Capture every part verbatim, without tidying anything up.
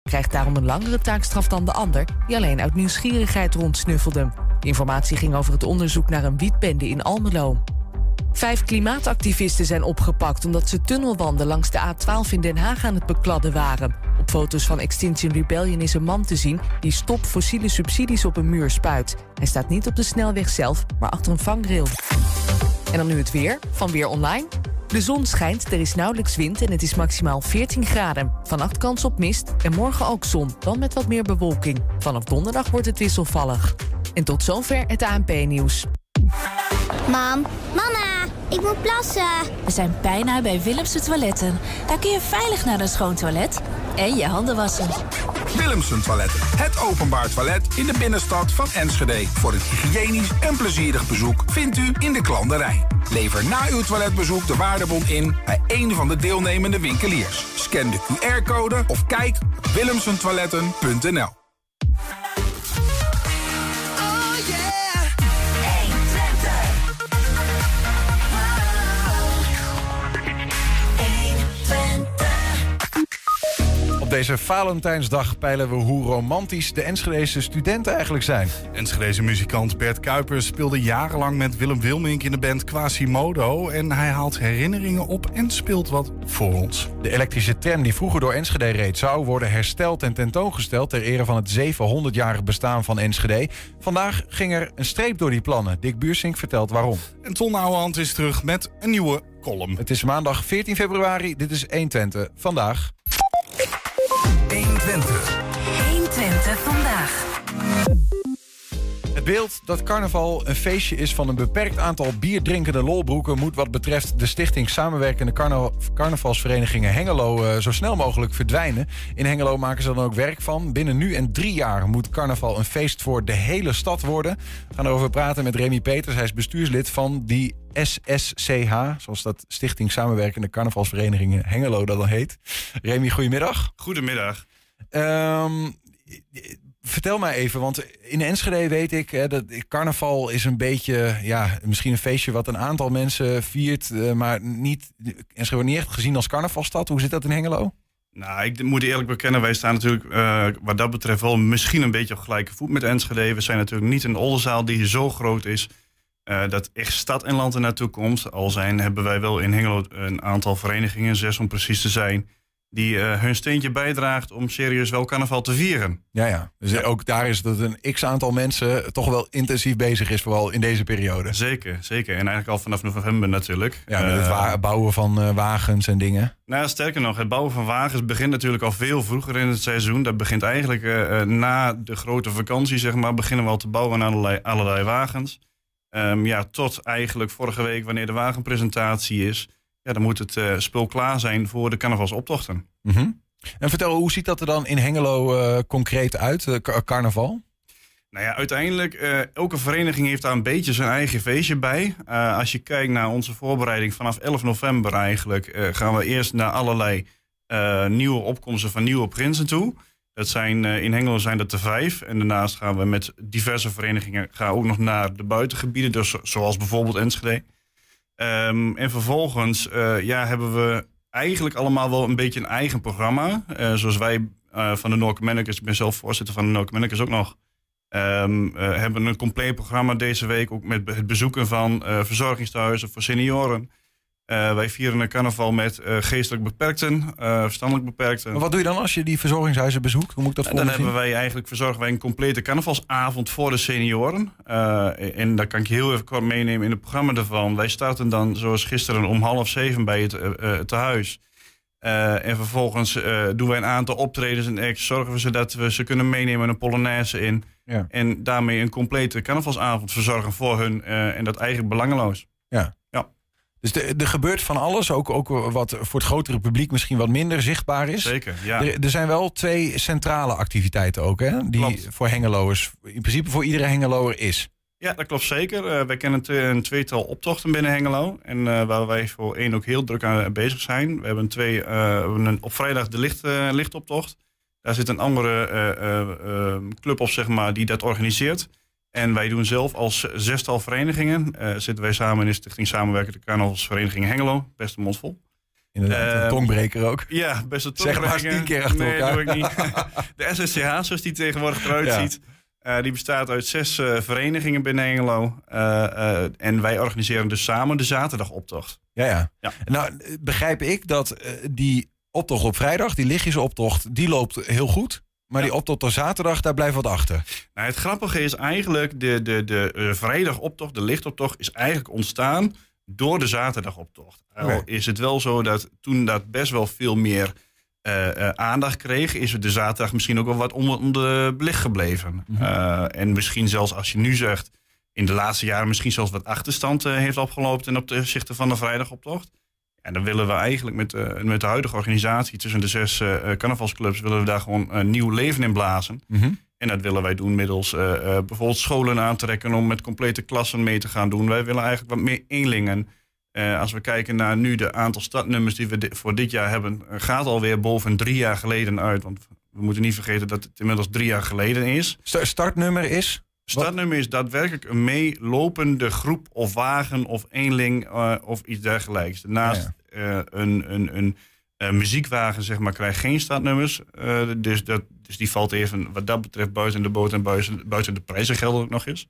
krijgt daarom een langere taakstraf dan de ander, die alleen uit nieuwsgierigheid rondsnuffelde. De informatie ging over het onderzoek naar een wietbende in Almelo. Vijf klimaatactivisten zijn opgepakt omdat ze tunnelwanden langs de A twaalf in Den Haag aan het bekladden waren. Op foto's van Extinction Rebellion is een man te zien die stop fossiele subsidies op een muur spuit. Hij staat niet op de snelweg zelf, maar achter een vangrail. En dan nu het weer, van Weer Online. De zon schijnt, er is nauwelijks wind en het is maximaal veertien graden. Vannacht kans op mist en morgen ook zon, dan met wat meer bewolking. Vanaf donderdag wordt het wisselvallig. En tot zover het A N P-nieuws. Mam, mama, ik moet plassen. We zijn bijna bij Willemsen Toiletten. Daar kun je veilig naar een schoon toilet en je handen wassen. Willemsen Toiletten, het openbaar toilet in de binnenstad van Enschede. Voor een hygiënisch en plezierig bezoek vindt u in de klanderij. Lever na uw toiletbezoek de waardebon in bij een van de deelnemende winkeliers. Scan de Q R-code of kijk op willemsen toiletten punt n l. Op deze Valentijnsdag peilen we hoe romantisch de Enschedese studenten eigenlijk zijn. Enschedese muzikant Bert Kuipers speelde jarenlang met Willem Wilmink in de band Quasimodo. En hij haalt herinneringen op en speelt wat voor ons. De elektrische tram die vroeger door Enschede reed zou worden hersteld en tentoongesteld ter ere van het zevenhonderdjarig bestaan van Enschede. Vandaag ging er een streep door die plannen. Dick Buursink vertelt waarom. En Ton Ouwehand is terug met een nieuwe column. Het is maandag veertien februari. Dit is honderdtwintig vandaag. honderdtwintig. honderdtwintig vandaag. Het beeld dat carnaval een feestje is van een beperkt aantal bierdrinkende lolbroeken moet wat betreft de stichting Samenwerkende Carna- Carnavalsverenigingen Hengelo uh, zo snel mogelijk verdwijnen. In Hengelo maken ze dan ook werk van. Binnen nu en drie jaar moet carnaval een feest voor de hele stad worden. We gaan erover praten met Remy Peters. Hij is bestuurslid van die S S C H, zoals dat Stichting Samenwerkende Carnavalsverenigingen Hengelo dat dan heet. Remy, goedemiddag. Goedemiddag. Um, Vertel mij even, want in Enschede weet ik, hè, dat carnaval is een beetje, ja, misschien een feestje wat een aantal mensen viert, uh, maar niet, Enschede wordt niet echt gezien als carnavalstad. Hoe zit dat in Hengelo? Nou, ik moet eerlijk bekennen, wij staan natuurlijk uh, wat dat betreft wel misschien een beetje op gelijke voet met Enschede. We zijn natuurlijk niet een Oldenzaal die zo groot is uh, dat echt stad en land er naartoe komt. Al zijn hebben wij wel in Hengelo een aantal verenigingen, zes om precies te zijn, die uh, hun steentje bijdraagt om serieus wel carnaval te vieren. Ja, ja. Dus ja. Ook daar is dat een x-aantal mensen toch wel intensief bezig is, vooral in deze periode. Zeker, zeker. En eigenlijk al vanaf november natuurlijk. Ja, met het wa- bouwen van uh, wagens en dingen. Nou, sterker nog, het bouwen van wagens begint natuurlijk al veel vroeger in het seizoen. Dat begint eigenlijk uh, na de grote vakantie, zeg maar, beginnen we al te bouwen aan allerlei, allerlei wagens. Um, ja, tot eigenlijk vorige week, wanneer de wagenpresentatie is, ja, dan moet het uh, spul klaar zijn voor de carnavalsoptochten. Mm-hmm. En vertel, hoe ziet dat er dan in Hengelo uh, concreet uit, uh, carnaval? Nou ja, uiteindelijk, uh, elke vereniging heeft daar een beetje zijn eigen feestje bij. Uh, als je kijkt naar onze voorbereiding vanaf elf november eigenlijk, uh, gaan we eerst naar allerlei uh, nieuwe opkomsten van nieuwe prinsen toe. Dat zijn, uh, in Hengelo zijn dat er vijf. En daarnaast gaan we met diverse verenigingen gaan ook nog naar de buitengebieden, dus zoals bijvoorbeeld Enschede. Um, en vervolgens uh, ja, hebben we eigenlijk allemaal wel een beetje een eigen programma. Uh, zoals wij uh, van de Noordermennekes, ik ben zelf voorzitter van de Noordermennekes ook nog, um, uh, hebben een compleet programma deze week ook met het bezoeken van uh, verzorgingstehuizen voor senioren. Uh, wij vieren een carnaval met uh, geestelijk beperkten, uh, verstandelijk beperkten. Maar wat doe je dan als je die verzorgingshuizen bezoekt? Hoe moet ik dat en dan hebben wij eigenlijk, verzorgen wij een complete carnavalsavond voor de senioren. Uh, en daar kan ik je heel even kort meenemen in het programma ervan. Wij starten dan zoals gisteren om half zeven bij het uh, tehuis. Uh, en vervolgens uh, doen wij een aantal optredens en acts. Zorgen we ze dat we ze kunnen meenemen een Polonaise in. Ja. En daarmee een complete carnavalsavond verzorgen voor hun. Uh, en dat eigenlijk belangeloos. Ja. Ja. Dus er gebeurt van alles, ook, ook wat voor het grotere publiek misschien wat minder zichtbaar is. Zeker, ja. Er, er zijn wel twee centrale activiteiten ook, hè? Die klopt. Voor Hengeloers, in principe voor iedere Hengeloer is. Ja, dat klopt zeker. Uh, wij kennen een tweetal optochten binnen Hengelo. En uh, waar wij voor één ook heel druk aan bezig zijn. We hebben, twee, uh, we hebben een, op vrijdag de licht, uh, lichtoptocht. Daar zit een andere uh, uh, uh, club op, zeg maar, die dat organiseert. En wij doen zelf als zestal verenigingen, uh, zitten wij samen in de Stichting Samenwerkende Carnavalsverenigingen Hengelo, best een mond vol. Inderdaad, uh, een tongbreker ook. Ja, best een tongbreker. Zeg maar eens tien keer achter nee, elkaar. Nee, doe ik niet. De S S C H, zoals die tegenwoordig eruit ja. ziet... Uh, die bestaat uit zes uh, verenigingen binnen Hengelo. Uh, uh, en wij organiseren dus samen de zaterdagoptocht. Ja, ja. ja. Nou, begrijp ik dat uh, die optocht op vrijdag, die lichtjesoptocht, die loopt heel goed. Maar ja. die optocht op zaterdag, daar blijft wat achter. Nou, het grappige is eigenlijk, de, de, de uh, vrijdagoptocht, de lichtoptocht, is eigenlijk ontstaan door de zaterdagoptocht. Okay. Al is het wel zo dat toen dat best wel veel meer uh, uh, aandacht kreeg, is het de zaterdag misschien ook wel wat onder, onder belicht gebleven. Mm-hmm. Uh, en misschien zelfs als je nu zegt, in de laatste jaren misschien zelfs wat achterstand uh, heeft opgelopen ten opzichte van de vrijdagoptocht. En dan willen we eigenlijk met, uh, met de huidige organisatie tussen de zes uh, carnavalsclubs, willen we daar gewoon een uh, nieuw leven in blazen. Mm-hmm. En dat willen wij doen middels uh, uh, bijvoorbeeld scholen aantrekken om met complete klassen mee te gaan doen. Wij willen eigenlijk wat meer eenlingen. Uh, als we kijken naar nu de aantal startnummers die we di- voor dit jaar hebben, uh, gaat alweer boven drie jaar geleden uit. Want we moeten niet vergeten dat het inmiddels drie jaar geleden is. St- startnummer is? Startnummer is daadwerkelijk een meelopende groep of wagen of eenling uh, of iets dergelijks. Daarnaast ja, ja. Uh, een, een, een uh, muziekwagen zeg maar, krijgt geen startnummers. Uh, dus, dat, dus die valt even wat dat betreft buiten de boot en buiten, buiten de prijzen gelden ook nog eens.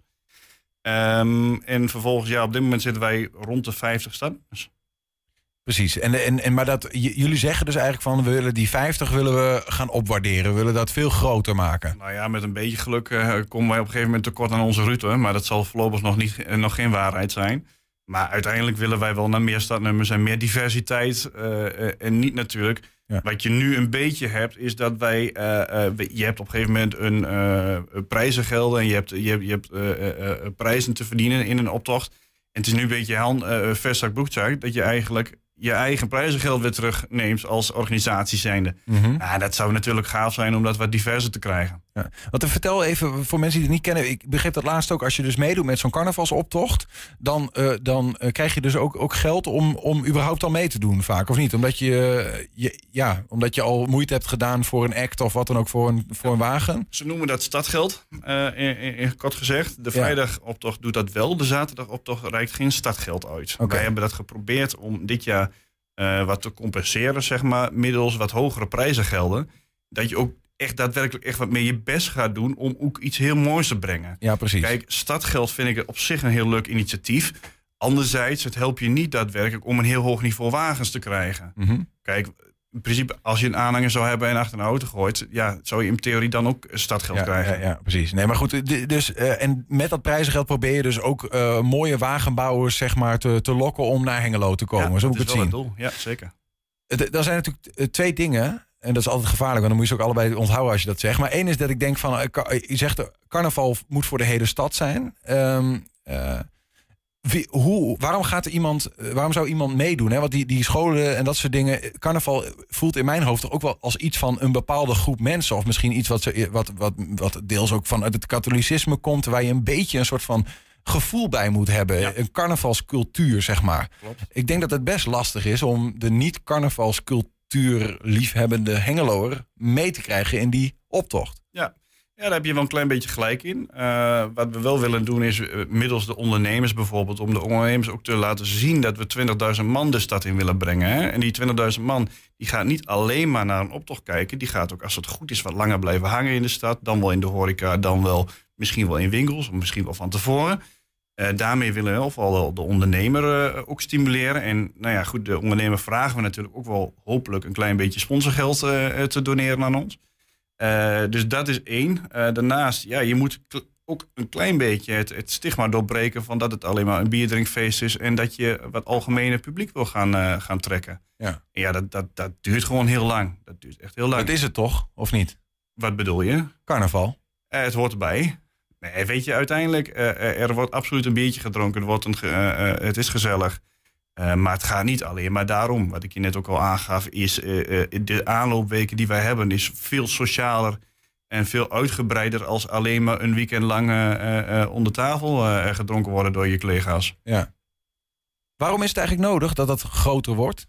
Um, en vervolgens, ja, op dit moment zitten wij rond de vijftig startnummers. Precies. En, en, en, maar dat, j- jullie zeggen dus eigenlijk van, we willen die vijftig willen we gaan opwaarderen. We willen dat veel groter maken. Nou ja, met een beetje geluk uh, komen wij op een gegeven moment tekort aan onze route. Maar dat zal voorlopig nog, niet, uh, nog geen waarheid zijn. Maar uiteindelijk willen wij wel naar meer startnummers en meer diversiteit. Uh, uh, en niet natuurlijk. Ja. Wat je nu een beetje hebt, is dat wij... Uh, uh, je hebt op een gegeven moment een uh, prijzengelden en je hebt, je hebt, je hebt uh, uh, prijzen te verdienen in een optocht. En het is nu een beetje hand, uh, vestzak broekzak, dat je eigenlijk je eigen prijzengeld weer terugneemt als organisatie zijnde. Mm-hmm. Nou, dat zou natuurlijk gaaf zijn om dat wat diverser te krijgen. Ja. Want vertel even voor mensen die het niet kennen. Ik begreep dat laatst ook, als je dus meedoet met zo'n carnavalsoptocht, dan, uh, dan uh, krijg je dus ook, ook geld om, om überhaupt al mee te doen vaak, of niet? Omdat je, uh, je, ja, omdat je al moeite hebt gedaan voor een act of wat dan ook voor een, voor een wagen. Ze noemen dat stadgeld, uh, in, in, in kort gezegd. De vrijdagoptocht doet dat wel. De zaterdagoptocht reikt geen startgeld uit. Okay. Wij hebben dat geprobeerd om dit jaar Uh, wat te compenseren, zeg maar, middels wat hogere prijzengelden. Dat je ook echt daadwerkelijk echt wat meer je best gaat doen om ook iets heel moois te brengen. Ja, precies. Kijk, stadgeld vind ik op zich een heel leuk initiatief. Anderzijds, het helpt je niet daadwerkelijk om een heel hoog niveau wagens te krijgen. Mm-hmm. Kijk, in principe, als je een aanhanger zou hebben en achter een auto gooit, ja, zou je in theorie dan ook stadgeld ja, krijgen. Ja, ja, precies. Nee, maar goed, dus uh, en met dat prijzengeld probeer je dus ook uh, mooie wagenbouwers, zeg maar, te, te lokken om naar Hengelo te komen. Ja, Zo moet ik het het zien. Doel. Ja, zeker. Er zijn natuurlijk uh, twee dingen. En dat is altijd gevaarlijk, want dan moet je ze ook allebei onthouden als je dat zegt. Maar één is dat ik denk van, uh, je zegt, carnaval moet voor de hele stad zijn. Um, uh, Wie, hoe, waarom gaat er iemand, waarom zou iemand meedoen? Hè? Want die, die scholen en dat soort dingen. Carnaval voelt in mijn hoofd toch ook wel als iets van een bepaalde groep mensen. Of misschien iets wat, wat, wat, wat deels ook vanuit het katholicisme komt. Waar je een beetje een soort van gevoel bij moet hebben. Ja. Een carnavalscultuur, zeg maar. Klopt. Ik denk dat het best lastig is om de niet-carnavalscultuur liefhebbende Hengeloer mee te krijgen in die optocht. Ja. Ja, daar heb je wel een klein beetje gelijk in. Uh, wat we wel willen doen is uh, middels de ondernemers bijvoorbeeld, om de ondernemers ook te laten zien dat we twintigduizend man de stad in willen brengen. Hè? En die twintigduizend man die gaat niet alleen maar naar een optocht kijken. Die gaat ook, als het goed is, wat langer blijven hangen in de stad. Dan wel in de horeca, dan wel misschien wel in winkels, of misschien wel van tevoren. Uh, daarmee willen we in ieder geval de ondernemer uh, ook stimuleren. En nou ja, goed, de ondernemer vragen we natuurlijk ook wel hopelijk een klein beetje sponsorgeld uh, te doneren aan ons. Uh, dus dat is één. Uh, daarnaast, ja, je moet kl- ook een klein beetje het, het stigma doorbreken van dat het alleen maar een bierdrinkfeest is en dat je wat algemene publiek wil gaan, uh, gaan trekken. Ja, en ja dat, dat, dat duurt gewoon heel lang. Dat duurt echt heel lang. Dat is het toch, of niet? Wat bedoel je? Carnaval. Uh, het hoort erbij. Nee, weet je, uiteindelijk, uh, er wordt absoluut een biertje gedronken. Er wordt een, uh, uh, het is gezellig. Uh, maar het gaat niet alleen maar daarom. Wat ik je net ook al aangaf, is uh, uh, de aanloopweken die wij hebben is veel socialer en veel uitgebreider als alleen maar een weekend lang uh, uh, onder tafel uh, gedronken worden door je collega's. Ja. Waarom is het eigenlijk nodig dat dat groter wordt?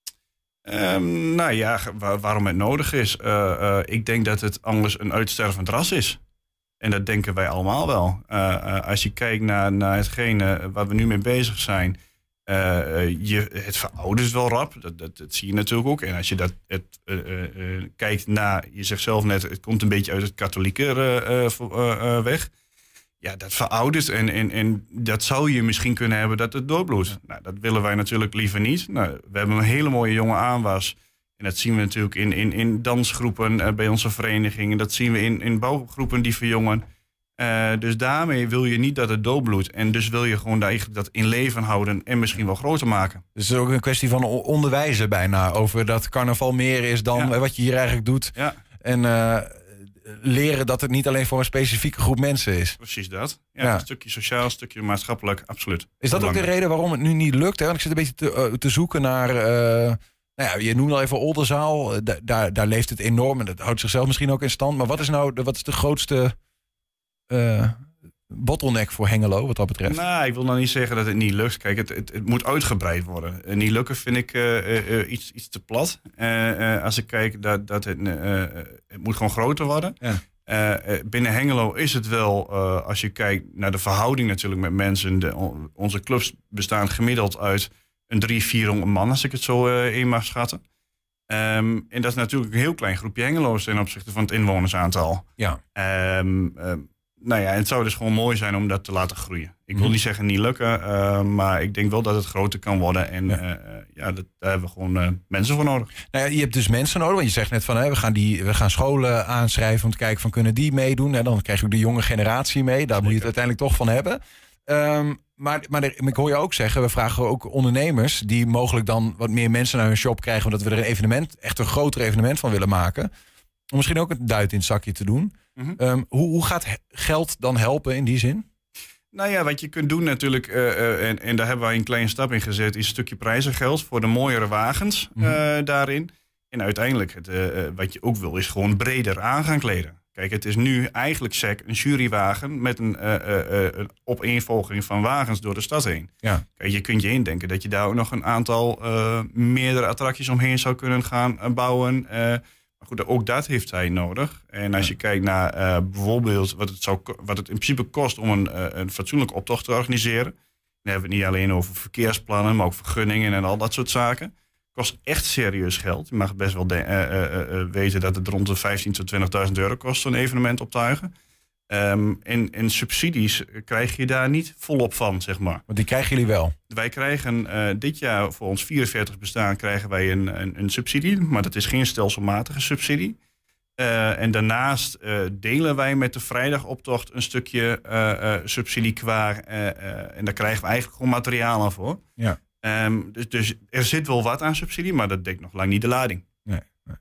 Um, nou ja, waar, waarom het nodig is. Uh, uh, ik denk dat het anders een uitstervend ras is. En dat denken wij allemaal wel. Uh, uh, als je kijkt naar, naar hetgene waar we nu mee bezig zijn. Uh, je, het veroudert wel rap, dat, dat, dat zie je natuurlijk ook. En als je dat het, uh, uh, kijkt naar, je zegt zelf net, het komt een beetje uit het katholieke uh, uh, uh, weg. Ja, dat veroudert en, en, en dat zou je misschien kunnen hebben dat het doorbloedt. Ja. Nou, dat willen wij natuurlijk liever niet. Nou, we hebben een hele mooie jonge aanwas. En dat zien we natuurlijk in, in, in dansgroepen uh, bij onze verenigingen. Dat zien we in, in bouwgroepen die verjongen. Uh, dus daarmee wil je niet dat het doodbloedt. En dus wil je gewoon eigenlijk dat in leven houden en misschien wel groter maken. Dus het is ook een kwestie van onderwijzen bijna. Over dat carnaval meer is dan ja. wat je hier eigenlijk doet. Ja. En uh, leren dat het niet alleen voor een specifieke groep mensen is. Precies dat. Ja, ja. Een stukje sociaal, een stukje maatschappelijk, absoluut. Is dat ook de reden waarom het nu niet lukt? Hè? Want ik zit een beetje te, uh, te zoeken naar... Uh, nou ja, je noemde al even Oldenzaal. Da- daar, daar leeft het enorm en dat houdt zichzelf misschien ook in stand. Maar wat is nou de, wat is de grootste... Uh, bottleneck voor Hengelo, wat dat betreft? Nou, ik wil nou niet zeggen dat het niet lukt. Kijk, het, het, het moet uitgebreid worden. Uh, niet lukken vind ik uh, uh, uh, iets, iets te plat. Uh, uh, als ik kijk, dat, dat het, uh, uh, het moet gewoon groter worden. Ja. Uh, uh, binnen Hengelo is het wel, uh, als je kijkt naar de verhouding natuurlijk met mensen. De, on, onze clubs bestaan gemiddeld uit een drie, vierhonderd man, als ik het zo uh, in mag schatten. Um, en dat is natuurlijk een heel klein groepje Hengelo's ten opzichte van het inwonersaantal. Ja. Um, um, nou ja, en het zou dus gewoon mooi zijn om dat te laten groeien. Ik wil niet zeggen niet lukken, uh, maar ik denk wel dat het groter kan worden. En ja, uh, ja dat, daar hebben we gewoon uh, mensen voor nodig. Nou ja, je hebt dus mensen nodig, want je zegt net van hè, we gaan die, we gaan scholen aanschrijven om te kijken van kunnen die meedoen. En dan krijg je ook de jonge generatie mee. Daar Zeker. Moet je het uiteindelijk toch van hebben. Um, maar, maar ik hoor je ook zeggen, we vragen ook ondernemers die mogelijk dan wat meer mensen naar hun shop krijgen, omdat we er een evenement, echt een groter evenement van willen maken. Om misschien ook een duit in het zakje te doen. Mm-hmm. Um, hoe, hoe gaat geld dan helpen in die zin? Nou ja, wat je kunt doen natuurlijk, uh, uh, en, en daar hebben wij een kleine stap in gezet, is een stukje prijzengeld voor de mooiere wagens uh, mm-hmm. daarin. En uiteindelijk, het, uh, wat je ook wil, is gewoon breder aan gaan kleden. Kijk, het is nu eigenlijk sec een jurywagen met een, uh, uh, een opeenvolging van wagens door de stad heen. Ja. Kijk, je kunt je indenken dat je daar ook nog een aantal uh, meerdere attracties omheen zou kunnen gaan uh, bouwen. Uh, maar goed, ook dat heeft hij nodig. En als ja. je kijkt naar uh, bijvoorbeeld wat het, zou, wat het in principe kost om een, uh, een fatsoenlijke optocht te organiseren. Dan hebben we het niet alleen over verkeersplannen, maar ook vergunningen en al dat soort zaken. Kost echt serieus geld. Je mag best wel de, uh, uh, uh, weten dat het rond de vijftienduizend tot twintigduizend euro kost zo'n evenement optuigen. Um, en, en subsidies krijg je daar niet volop van, zeg maar. Want die krijgen jullie wel? Wij krijgen uh, dit jaar voor ons vierenveertig bestaan krijgen wij een, een, een subsidie. Maar dat is geen stelselmatige subsidie. Uh, en daarnaast uh, delen wij met de vrijdagoptocht een stukje uh, uh, subsidie qua. Uh, uh, en daar krijgen we eigenlijk gewoon materiaal aan voor. Ja. Um, dus, dus er zit wel wat aan subsidie, maar dat dekt nog lang niet de lading. Nee, nee.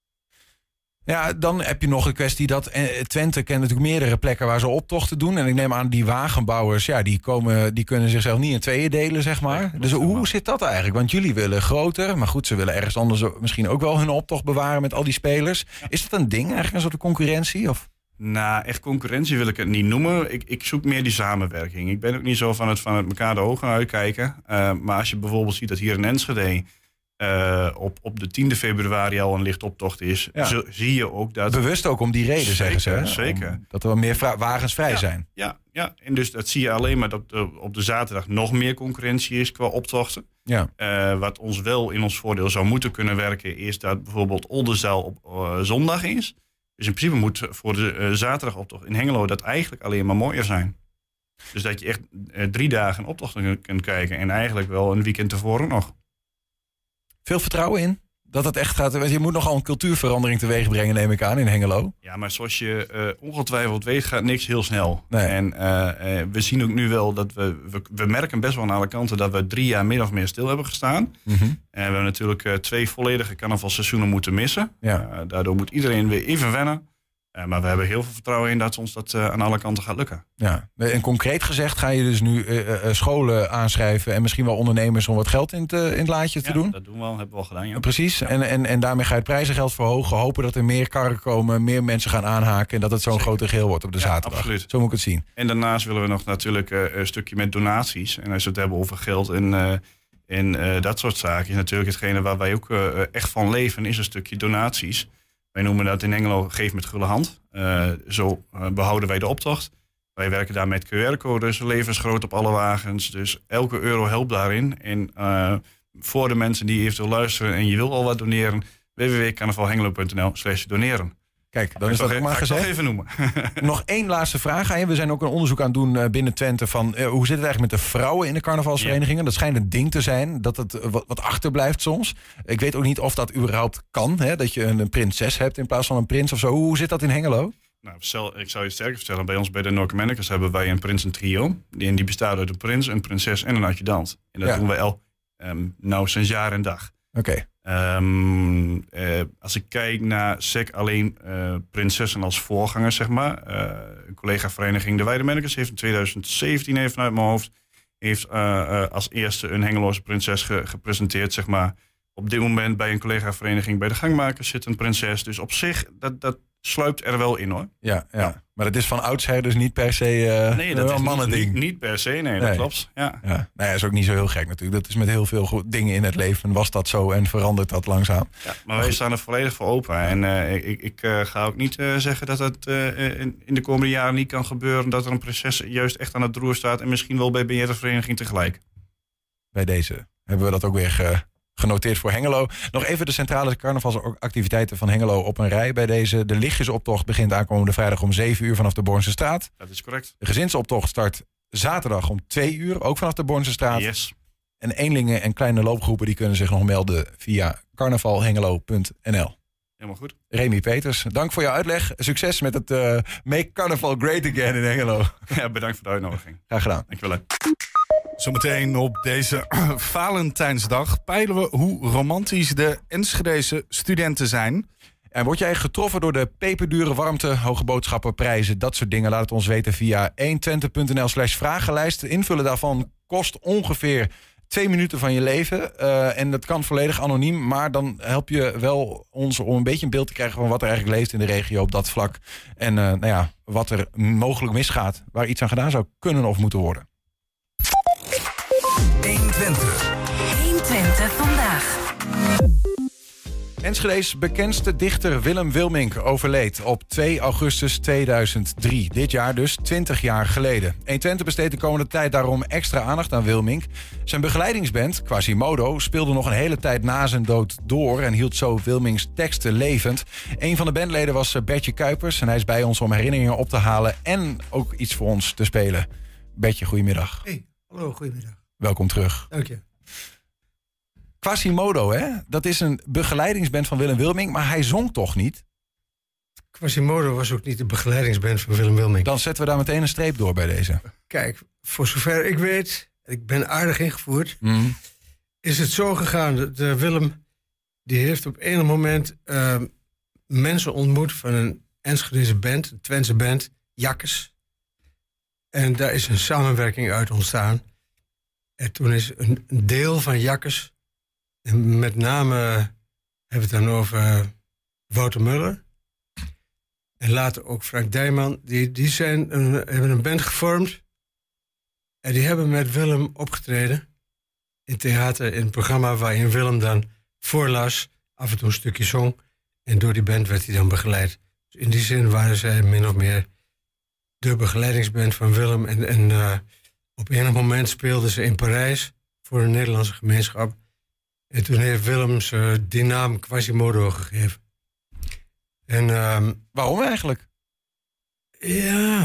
Ja, dan heb je nog een kwestie dat eh, Twente kent natuurlijk meerdere plekken waar ze optochten doen. En ik neem aan die wagenbouwers, ja, die, komen, die kunnen zichzelf niet in tweeën delen, zeg maar. Nee, dus hoe wel. Zit dat eigenlijk? Want jullie willen groter, maar goed, ze willen ergens anders misschien ook wel hun optocht bewaren met al die spelers. Ja. Is dat een ding eigenlijk, een soort concurrentie? Of? Nou, echt concurrentie wil ik het niet noemen. Ik, ik zoek meer die samenwerking. Ik ben ook niet zo van het, van het elkaar de ogen uitkijken. Uh, maar als je bijvoorbeeld ziet dat hier in Enschede uh, op, op de tiende februari al een lichtoptocht is, ja. zo, zie je ook dat... Bewust ook om die reden, zeker, zeggen ze. Hè? Zeker. Om, dat er wel meer vra- wagens vrij ja, zijn. Ja, ja, en dus dat zie je alleen maar dat op de, op de zaterdag nog meer concurrentie is qua optochten. Ja. Uh, wat ons wel in ons voordeel zou moeten kunnen werken, is dat bijvoorbeeld Oldenzaal op uh, zondag is. Dus in principe moet voor de uh, zaterdagoptocht in Hengelo dat eigenlijk alleen maar mooier zijn. Dus dat je echt uh, drie dagen optochten kunt kijken en eigenlijk wel een weekend tevoren nog. Veel vertrouwen in dat het echt gaat. Je moet nogal een cultuurverandering teweeg brengen, neem ik aan, in Hengelo. Ja, maar zoals je uh, ongetwijfeld weet, gaat niks heel snel. Nee. En uh, uh, we zien ook nu wel dat we, we... We merken best wel aan alle kanten dat we drie jaar min of meer stil hebben gestaan. Mm-hmm. En we hebben natuurlijk uh, twee volledige carnavalseizoenen moeten missen. Ja. Uh, daardoor moet iedereen weer even wennen. Uh, maar we hebben heel veel vertrouwen in dat ons dat uh, aan alle kanten gaat lukken. Ja. En concreet gezegd ga je dus nu uh, uh, scholen aanschrijven en misschien wel ondernemers om wat geld in, te, in het laadje te ja, doen? dat doen we al, hebben we al gedaan, ja. Precies, ja. en, en, en daarmee ga je het prijzengeld verhogen, hopen dat er meer karren komen, meer mensen gaan aanhaken en dat het zo'n Zeker. grote geheel wordt op de ja, zaterdag. Absoluut. Zo moet ik het zien. En daarnaast willen we nog natuurlijk uh, een stukje met donaties. En als we het hebben over geld en, uh, en uh, dat soort zaken, is natuurlijk hetgene waar wij ook uh, echt van leven, is een stukje donaties. Wij noemen dat in Hengelo geef met gulle hand. Uh, zo uh, behouden wij de optocht. Wij werken daar met Q R-codes, levensgroot op alle wagens. Dus elke euro helpt daarin. En uh, voor de mensen die eventueel luisteren en je wil al wat doneren, w w w punt carnavalhengelo punt n l slash doneren. Kijk, dan is dat ook maar gezegd. Nog even noemen. Nog één laatste vraag aan je. We zijn ook een onderzoek aan het doen binnen Twente van uh, hoe zit het eigenlijk met de vrouwen in de carnavalsverenigingen? Ja. Dat schijnt een ding te zijn, dat het wat, wat achterblijft soms. Ik weet ook niet of dat überhaupt kan, hè? Dat je een, een prinses hebt in plaats van een prins of zo. Hoe zit dat in Hengelo? Nou, ik zou je sterker vertellen, bij ons bij de Noordermennekes hebben wij een prinsentrio. En die bestaat uit een prins, een prinses en een adjudant. En dat ja. doen wij al um, nou sinds jaar en dag. Oké. Okay. Um, uh, als ik kijk naar S E C alleen uh, prinsessen als voorgangers, zeg maar. Uh, een collega-vereniging De Weidemennekes heeft in twintig zeventien, even vanuit mijn hoofd, heeft uh, uh, als eerste een Hengeloze prinses ge- gepresenteerd, zeg maar. Op dit moment bij een collega-vereniging bij de Gangmakers zit een prinses. Dus op zich, dat, dat sluipt er wel in, hoor. Ja, ja. ja. Maar het is van oudsher dus niet per se uh, nee, dat een is mannending. Niet, niet per se, nee, nee. dat klopt. Ja. Ja. Nou ja, is ook niet zo heel gek natuurlijk. Dat is met heel veel go- dingen in het leven was dat zo en verandert dat langzaam. Ja, maar wij staan er volledig voor open. En uh, ik, ik uh, ga ook niet uh, zeggen dat het uh, in, in de komende jaren niet kan gebeuren dat er een prinses juist echt aan het roer staat en misschien wel bij beheerdersvereniging tegelijk. Bij deze hebben we dat ook weer ge- genoteerd voor Hengelo. Nog even de centrale carnavalsactiviteiten van Hengelo op een rij bij deze. De lichtjesoptocht begint aankomende vrijdag om zeven uur vanaf de Bornse straat. Dat is correct. De gezinsoptocht start zaterdag om twee uur, ook vanaf de Bornse straat. Yes. En eenlingen en kleine loopgroepen die kunnen zich nog melden via carnavalhengelo punt n l. Helemaal goed. Remy Peters, dank voor jouw uitleg. Succes met het uh, Make Carnaval Great Again in Hengelo. Ja, bedankt voor de uitnodiging. Graag gedaan. Dankjewel. Zometeen op deze Valentijnsdag peilen we hoe romantisch de Enschedese studenten zijn. En word jij getroffen door de peperdure warmte, hoge boodschappenprijzen, dat soort dingen? Laat het ons weten via honderdtwintig punt n l slash vragenlijst. Invullen daarvan kost ongeveer twee minuten van je leven. Uh, en dat kan volledig anoniem, maar dan help je wel ons om een beetje een beeld te krijgen van wat er eigenlijk leeft in de regio op dat vlak. En uh, nou ja, wat er mogelijk misgaat, waar iets aan gedaan zou kunnen of moeten worden. honderdtwintig. honderdtwintig vandaag. Enschede's bekendste dichter Willem Wilmink overleed op twee augustus tweeduizend drie. Dit jaar dus twintig jaar geleden. honderdtwintig besteedt de komende tijd daarom extra aandacht aan Wilmink. Zijn begeleidingsband, Quasimodo, speelde nog een hele tijd na zijn dood door en hield zo Wilminks teksten levend. Een van de bandleden was Bertje Kuipers en hij is bij ons om herinneringen op te halen en ook iets voor ons te spelen. Bertje, goedemiddag. Hey, hallo, goedemiddag. Welkom terug. Dank je. Quasimodo, hè? Dat is een begeleidingsband van Willem Wilmink, maar hij zong toch niet? Quasimodo was ook niet de begeleidingsband van Willem Wilmink. Dan zetten we daar meteen een streep door bij deze. Kijk, voor zover ik weet, ik ben aardig ingevoerd, Mm. is het zo gegaan dat uh, Willem, die heeft op enig moment uh, mensen ontmoet van een Enschedese band, een Twentse band, Jakkes. En daar is een samenwerking uit ontstaan. En toen is een, een deel van Jakkes, en met name hebben we het dan over uh, Wouter Muller. En later ook Frank Dijman. Die, die zijn een, hebben een band gevormd. En die hebben met Willem opgetreden. In theater, in het programma waarin Willem dan voorlas. Af en toe een stukje zong. En door die band werd hij dan begeleid. Dus in die zin waren zij min of meer de begeleidingsband van Willem. En, en uh, op enig moment speelden ze in Parijs voor een Nederlandse gemeenschap. En toen heeft Willem ze die naam Quasimodo gegeven. En, um, waarom eigenlijk? Ja.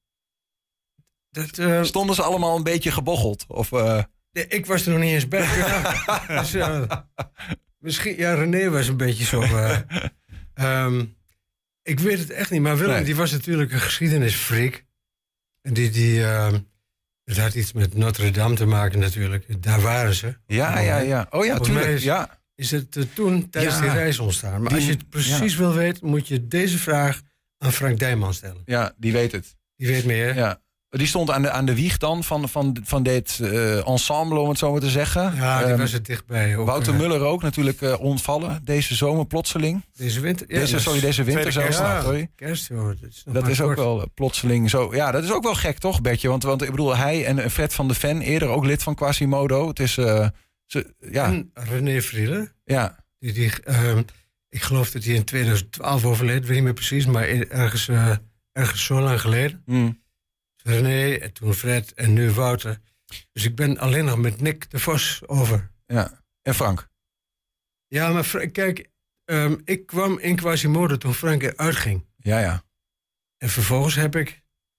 Dat, uh, Stonden ze allemaal een beetje gebocheld? Of, uh... nee, ik was er nog niet eens bij. Ja. Dus, uh, misschien, ja, René was een beetje zo. Uh, um, ik weet het echt niet, maar Willem nee. die was natuurlijk een geschiedenisfreak. En die, die uh, het had iets met Notre Dame te maken natuurlijk. Daar waren ze. Ja, ja, ja. Oh ja, tuurlijk. Is, ja. is het uh, toen tijdens ja, die reis ontstaan. Maar die, als je het precies ja. wil weten, moet je deze vraag aan Frank Dijman stellen. Ja, die weet het. Die weet meer. Ja. Die stond aan de, aan de wieg dan van, van, van dit uh, ensemble, om het zo maar te zeggen. Ja, die um, was er dichtbij. Ook, Wouter uh, Muller ook natuurlijk uh, ontvallen. Deze zomer plotseling. Deze winter. Ja, deze, sorry, deze winter zelfs. Ja, sorry. kerst, joh, dat is, dat is ook wel uh, plotseling zo. Ja, dat is ook wel gek, toch, Bertje? Want, want ik bedoel, hij en Fred van de Ven, eerder ook lid van Quasimodo. Het is, uh, ze, ja. En René Vrielen. Ja. Die, die, uh, ik geloof dat hij in twintig twaalf overleed, weet niet meer precies, maar ergens, uh, ergens zo lang geleden. Mm. René en toen Fred en nu Wouter. Dus ik ben alleen nog met Nick de Vos over. Ja. En Frank? Ja, maar Fra- kijk, um, ik kwam in Quasimodo toen Frank eruit ging. Ja, ja. En vervolgens heb ik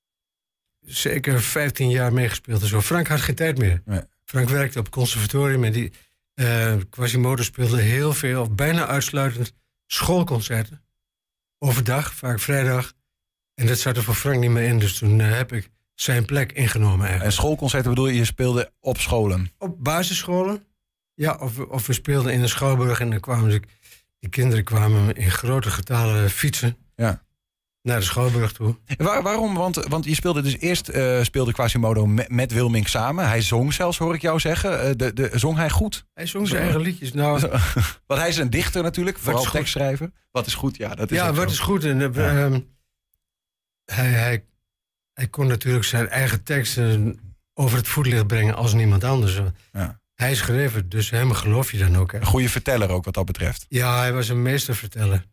zeker vijftien jaar meegespeeld en zo. Frank had geen tijd meer. Nee. Frank werkte op het conservatorium en die uh, Quasimodo speelde heel veel, of bijna uitsluitend, schoolconcerten. Overdag, vaak vrijdag. En dat zat er voor Frank niet meer in, dus toen uh, heb ik zijn plek ingenomen eigenlijk. En schoolconcerten bedoel je, je speelde op scholen? Op basisscholen. Ja, of, we- of we speelden in de Schouwburg en dan kwamen de, die kinderen kwamen in grote getalen fietsen Ja. naar de Schouwburg toe. En Waar, waarom? Want, want je speelde dus eerst uh, speelde Quasimodo met, met Wilmink samen. Hij zong zelfs, hoor ik jou zeggen. Uh, de, de, zong hij goed? Hij zong zijn eigen liedjes. Nou, Want hij is een dichter natuurlijk, vooral is goed? tekstschrijver. Wat is goed? Ja, dat is ja, ook wat zo. is goed. En, uh, Ja. um, hij, hij, hij kon natuurlijk zijn eigen teksten over het voetlicht brengen als niemand anders. Ja. Hij schreef het, dus hem geloof je dan ook. Hè? Een goede verteller ook wat dat betreft. Ja, hij was een meesterverteller.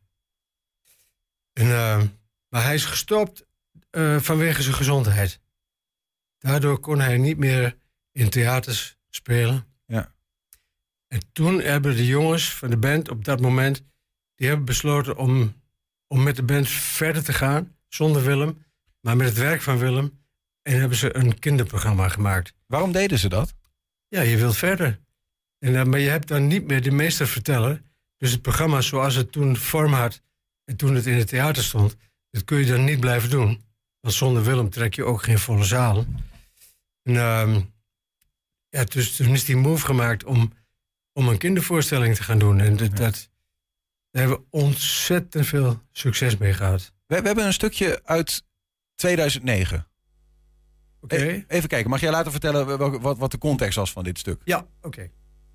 En, uh, maar hij is gestopt uh, vanwege zijn gezondheid. Daardoor kon hij niet meer in theaters spelen. Ja. En toen hebben de jongens van de band op dat moment, die hebben besloten om, om met de band verder te gaan, zonder Willem, maar met het werk van Willem. En hebben ze een kinderprogramma gemaakt. Waarom deden ze dat? Ja, je wilt verder. En, uh, maar je hebt dan niet meer de meesterverteller. Dus het programma zoals het toen vorm had en toen het in het theater stond, dat kun je dan niet blijven doen. Want zonder Willem trek je ook geen volle zaal. En, uh, ja, dus toen is die move gemaakt om, om een kindervoorstelling te gaan doen. En dat, dat, daar hebben we ontzettend veel succes mee gehad. We, we hebben een stukje uit tweeduizend negen. Oké? E- even kijken, mag jij laten vertellen welke, wat, wat de context was van dit stuk? Ja, oké. Okay.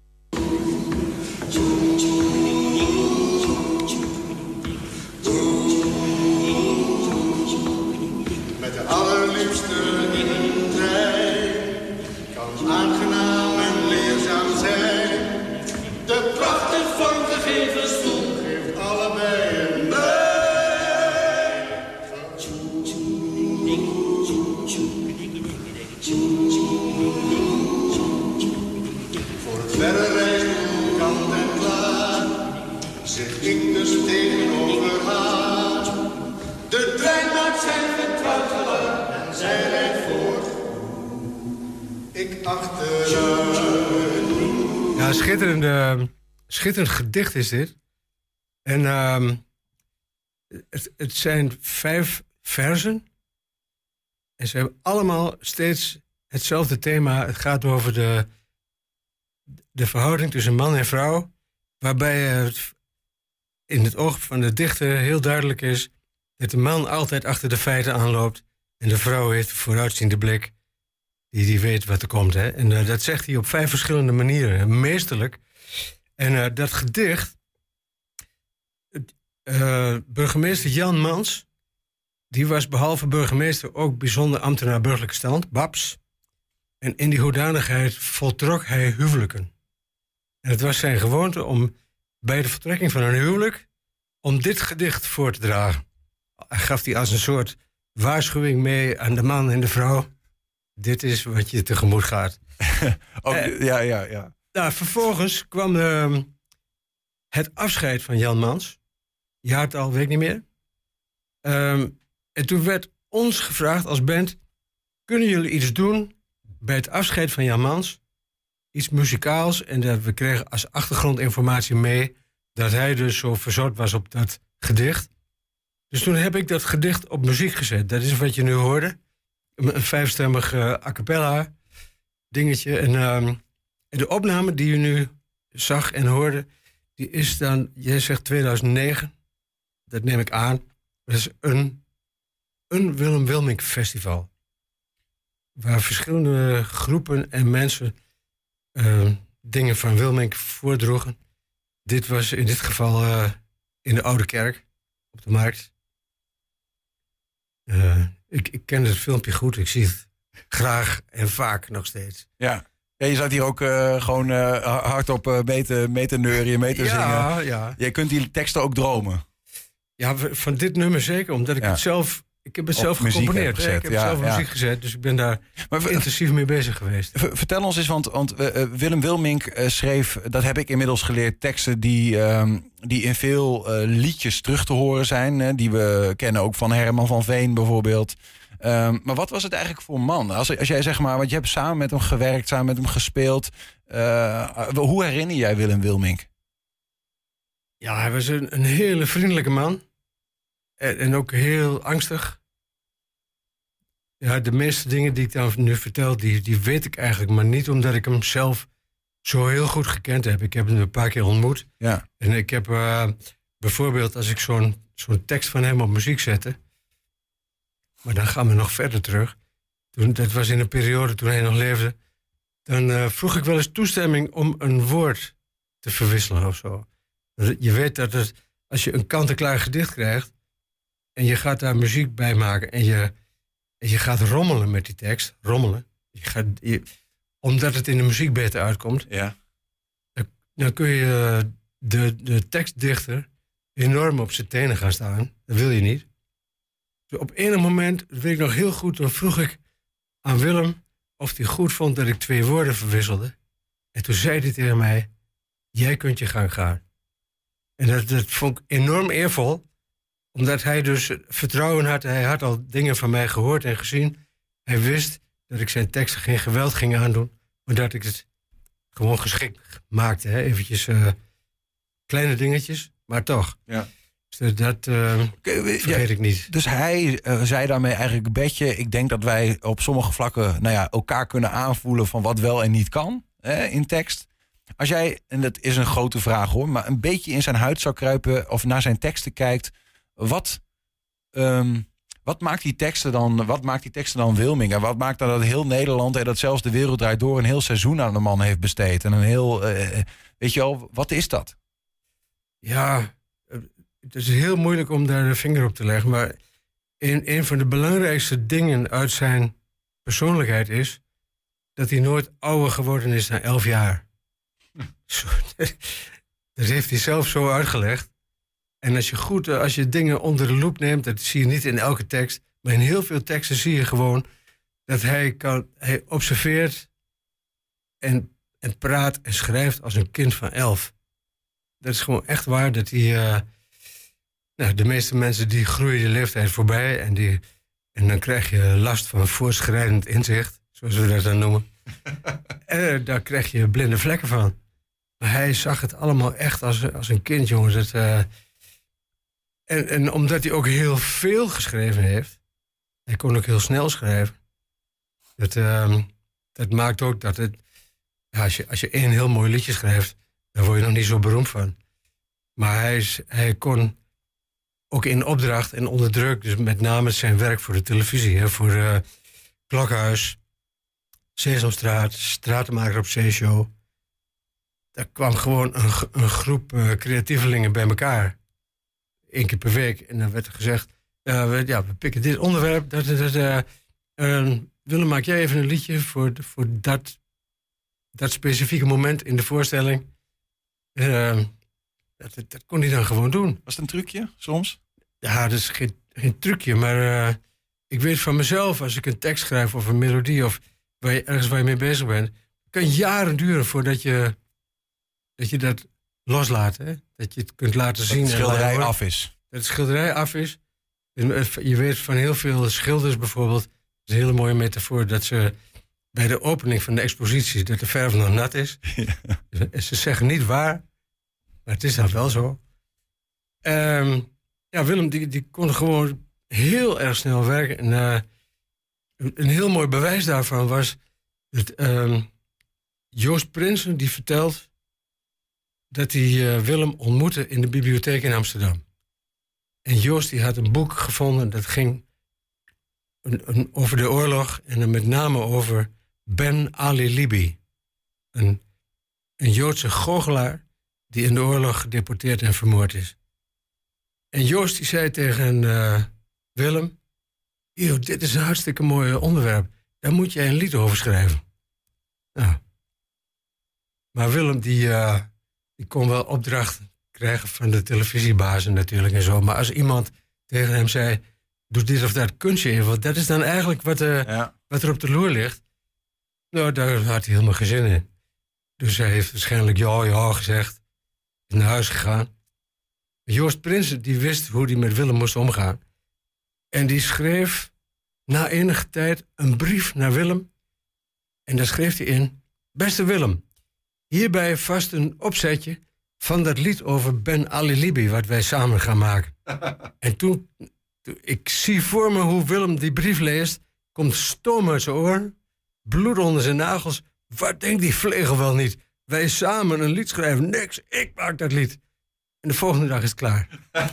Met de allerliefste in een trein kan aangenaam en leerzaam zijn. De prachtig vormgegeven stoel geeft allebei een lijn. Voor het verre reisdoel kant en klaar zeg ik dus tegenover haar. De trein maakt zijn vertrouwd geluid en zij rijdt voort. Ik achteruit. Ja, schitterend, schitterend gedicht is dit. En uh, het, het zijn vijf versen. En ze hebben allemaal steeds hetzelfde thema. Het gaat over de, de verhouding tussen man en vrouw. Waarbij het in het oog van de dichter heel duidelijk is dat de man altijd achter de feiten aanloopt. En de vrouw heeft een vooruitziende blik. Die, die weet wat er komt. Hè? En uh, dat zegt hij op vijf verschillende manieren. Meesterlijk. En uh, dat gedicht. Uh, burgemeester Jan Mans. Die was behalve burgemeester ook bijzonder ambtenaar burgerlijke stand. Babs. En in die hoedanigheid voltrok hij huwelijken. En het was zijn gewoonte om bij de voltrekking van een huwelijk om dit gedicht voor te dragen. Hij gaf die als een soort waarschuwing mee aan de man en de vrouw. Dit is wat je tegemoet gaat. Ook, Eh, ja, ja, ja. Nou, vervolgens kwam uh, het afscheid van Jan Mans. Jaartal, weet ik niet meer. Um, en toen werd ons gevraagd als band, kunnen jullie iets doen bij het afscheid van Jan Mans? Iets muzikaals. En dat we kregen als achtergrondinformatie mee dat hij dus zo verzot was op dat gedicht. Dus toen heb ik dat gedicht op muziek gezet. Dat is wat je nu hoorde. Een vijfstemmig uh, a cappella dingetje. En, um, en de opname die je nu zag en hoorde, die is dan, jij zegt tweeduizend negen. Dat neem ik aan. Dat is een, een Willem Wilmink festival. Waar verschillende groepen en mensen uh, dingen van Wilmink voordroegen. Dit was in dit geval uh, in de Oude Kerk op de Markt. Uh, ik, ik ken het filmpje goed. Ik zie het graag en vaak nog steeds. Ja, ja je zat hier ook uh, gewoon uh, hardop uh, mee, te, mee te neurien, mee te ja, zingen. Ja. Jij kunt die teksten ook dromen. Ja, van dit nummer zeker. Omdat ik ja. het zelf Ik heb het zelf gecomponeerd. Ik heb ja, zelf ja. muziek gezet, dus ik ben daar maar, intensief mee bezig geweest. Vertel ons eens, want, want uh, Willem Wilmink uh, schreef, dat heb ik inmiddels geleerd, teksten die, um, die in veel uh, liedjes terug te horen zijn. Uh, die we kennen ook van Herman van Veen bijvoorbeeld. Um, maar wat was het eigenlijk voor man? Als, als jij zeg maar, want je hebt samen met hem gewerkt, samen met hem gespeeld. Uh, hoe herinner jij Willem Wilmink? Ja, hij was een, een hele vriendelijke man. En, en ook heel angstig. Ja, de meeste dingen die ik dan nu vertel, die, die weet ik eigenlijk maar niet, omdat ik hem zelf zo heel goed gekend heb. Ik heb hem een paar keer ontmoet. Ja. En ik heb uh, bijvoorbeeld, als ik zo'n zo'n tekst van hem op muziek zette, maar dan gaan we nog verder terug. Toen, dat was in een periode toen hij nog leefde. Dan uh, vroeg ik wel eens toestemming om een woord te verwisselen of zo. Je weet dat het, als je een kant-en-klaar gedicht krijgt en je gaat daar muziek bij maken en je, en je gaat rommelen met die tekst, rommelen, je gaat, je, omdat het in de muziek beter uitkomt, ja. dan, dan kun je de, de tekstdichter enorm op zijn tenen gaan staan. Dat wil je niet. Dus op enig moment, dat weet ik nog heel goed, dan vroeg ik aan Willem of hij goed vond dat ik twee woorden verwisselde. En toen zei hij tegen mij, jij kunt je gang gaan. En dat, dat vond ik enorm eervol, omdat hij dus vertrouwen had. Hij had al dingen van mij gehoord en gezien. Hij wist dat ik zijn teksten geen geweld ging aandoen, maar dat ik het gewoon geschikt maakte. Hè? Eventjes uh, kleine dingetjes, maar toch. Ja. Dus dat uh, vergeet ja, ik niet. Dus hij uh, zei daarmee eigenlijk, Betje, ik denk dat wij op sommige vlakken nou ja, elkaar kunnen aanvoelen van wat wel en niet kan hè, in tekst. Als jij, en dat is een grote vraag hoor, maar een beetje in zijn huid zou kruipen of naar zijn teksten kijkt, wat, um, wat maakt die teksten dan, wat maakt die teksten dan Wilmink? En wat maakt dat heel Nederland en dat zelfs De Wereld Draait Door een heel seizoen aan de man heeft besteed? En een heel, uh, weet je wel, wat is dat? Ja, het is heel moeilijk om daar de vinger op te leggen, maar een, een van de belangrijkste dingen uit zijn persoonlijkheid is dat hij nooit ouder geworden is dan elf jaar. Zo, dat heeft hij zelf zo uitgelegd. En als je goed, als je dingen onder de loep neemt, dat zie je niet in elke tekst, maar in heel veel teksten zie je gewoon dat hij kan, hij observeert en, en praat en schrijft als een kind van elf. Dat is gewoon echt waar, dat hij, uh, nou, de meeste mensen die groeien de leeftijd voorbij en, die, en dan krijg je last van voortschrijdend inzicht, zoals we dat dan noemen. En daar krijg je blinde vlekken van. Maar hij zag het allemaal echt als, als een kind, jongens. Het, uh, en, en omdat hij ook heel veel geschreven heeft, hij kon ook heel snel schrijven. Dat, uh, dat maakt ook dat het, ja, als je, als je één heel mooi liedje schrijft, daar word je nog niet zo beroemd van. Maar hij, is, hij kon ook in opdracht en onder druk, dus met name zijn werk voor de televisie, hè, voor uh, Klokhuis, Sesamstraat, Stratenmaker op Zeeshow. Daar kwam gewoon een, een groep uh, creatievelingen bij elkaar. Eén keer per week. En dan werd er gezegd, uh, we, ja, we pikken dit onderwerp. Dat, dat, uh, uh, Willem, maak jij even een liedje voor, voor dat, dat specifieke moment in de voorstelling. Uh, dat, dat kon hij dan gewoon doen. Was het een trucje soms? Ja, dat is geen, geen trucje. Maar uh, ik weet van mezelf, als ik een tekst schrijf of een melodie, of waar je, ergens waar je mee bezig bent, kan jaren duren voordat je dat, je dat loslaat. Hè? Dat je het kunt laten zien. Dat de schilderij en af is. Dat de schilderij af is. Je weet van heel veel schilders bijvoorbeeld, dat is een hele mooie metafoor, dat ze bij de opening van de expositie, dat de verf nog nat is. Ja. Ze zeggen niet waar, maar het is dan wel zo. Um, ja, Willem die, die kon gewoon heel erg snel werken. En, uh, een heel mooi bewijs daarvan was dat um, Joost Prinsen die vertelt dat hij uh, Willem ontmoette in de bibliotheek in Amsterdam. En Joost die had een boek gevonden dat ging een, een, over de oorlog en dan met name over Ben Ali Libi. Een, een Joodse goochelaar die in de oorlog gedeporteerd en vermoord is. En Joost die zei tegen uh, Willem, Yo, dit is een hartstikke mooi onderwerp. Daar moet jij een lied over schrijven. Nou. Maar Willem die, uh, die kon wel opdracht krijgen van de televisiebazen natuurlijk en zo. Maar als iemand tegen hem zei, doet dit of dat kunstje in. Want dat is dan eigenlijk wat, uh, ja. wat er op de loer ligt. Nou, daar had hij helemaal geen zin in. Dus hij heeft waarschijnlijk ja, ja gezegd. Is naar huis gegaan. Joost Prinsen, die wist hoe hij met Willem moest omgaan. En die schreef na enige tijd een brief naar Willem. En daar schreef hij in: Beste Willem, hierbij vast een opzetje van dat lied over Ben Ali Libi, wat wij samen gaan maken. En toen, toen, ik zie voor me hoe Willem die brief leest, komt stoom uit zijn oren, bloed onder zijn nagels. Wat denkt die vlegel wel niet? Wij samen een lied schrijven, niks, ik maak dat lied. En de volgende dag is het klaar.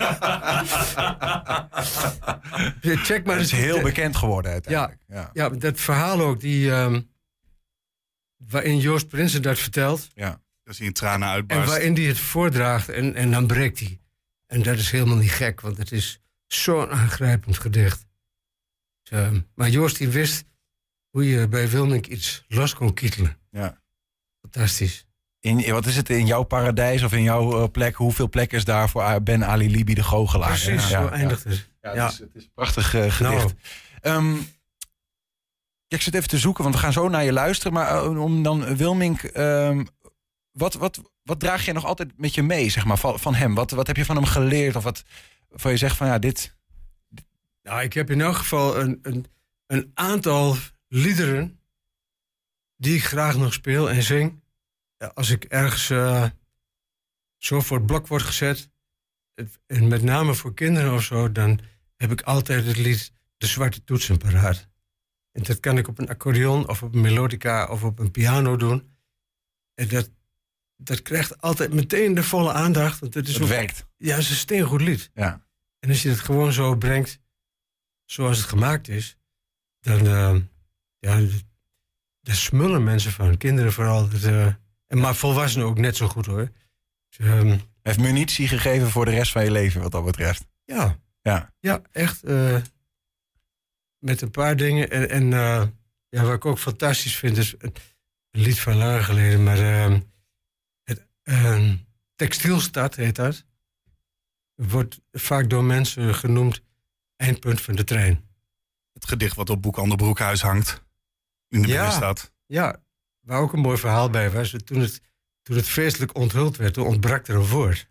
Check maar. Het is heel bekend geworden uiteindelijk. Ja, ja. ja dat verhaal ook, die, um, waarin Joost Prinsen dat vertelt. Ja, dat hij in tranen uitbarst. En waarin hij het voordraagt en, en dan breekt hij. En dat is helemaal niet gek, want het is zo'n aangrijpend gedicht. Dus, um, maar Joost die wist hoe je bij Wilmink iets los kon kietelen. Ja. Fantastisch. In, wat is het, in jouw paradijs of in jouw uh, plek? Hoeveel plek is daar voor Ben Ali Libi de goochelaar? Precies, ja, zo ja, eindigt ja. het. Ja, ja. Het, is, het is een prachtig uh, gedicht. Nou. Um, ja, ik zit even te zoeken, want we gaan zo naar je luisteren. Maar uh, om dan Wilmink... Um, wat, wat, wat draag je nog altijd met je mee, zeg maar, van, van hem? Wat, wat heb je van hem geleerd? Of wat van je zegt van, ja, dit... Nou, ik heb in elk geval een, een, een aantal liederen die ik graag nog speel en zing. Als ik ergens uh, zo voor het blok word gezet, en met name voor kinderen of zo, dan heb ik altijd het lied De Zwarte Toetsen paraat. En dat kan ik op een accordeon of op een melodica of op een piano doen. En dat, dat krijgt altijd meteen de volle aandacht. Want het is het ook, werkt. Ja, het is een steengoed lied. Ja. En als je het gewoon zo brengt, zoals het gemaakt is, dan uh, ja, daar smullen mensen van. Kinderen vooral. Dat, uh, en maar volwassenen ook net zo goed, hoor. Dus, um, Hij heeft munitie gegeven voor de rest van je leven, wat dat betreft. Ja. Ja, ja echt. Uh, met een paar dingen. En, en uh, ja, wat ik ook fantastisch vind, is een, een lied van lang geleden, maar uh, het, uh, Textielstad heet dat. Wordt vaak door mensen genoemd eindpunt van de trein. Het gedicht wat op Boekhandel Broekhuis hangt. In de ja, binnenstad. Ja, waar ook een mooi verhaal bij was. Toen het, toen het feestelijk onthuld werd, toen ontbrak er een woord.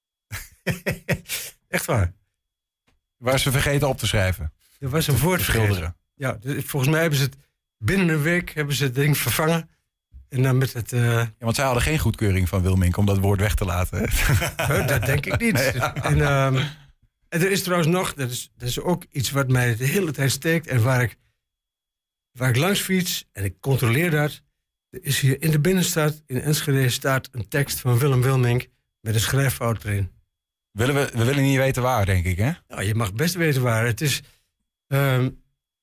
Echt waar. Waar ze vergeten op te schrijven. Er was een woord schilderen. Ja, volgens mij hebben ze het binnen een week hebben ze het ding vervangen. En dan met het... Uh... Ja, want zij hadden geen goedkeuring van Wilmink om dat woord weg te laten. Dat denk ik niet. Nee, ja. en, um, en er is trouwens nog, dat is, dat is ook iets wat mij de hele tijd steekt en waar ik, waar ik langs fiets en ik controleer dat. Er is hier in de binnenstad, in Enschede, staat een tekst van Willem Wilmink met een schrijffout erin. Willen we, we willen niet weten waar, denk ik, hè? Nou, je mag best weten waar. Het is... Um,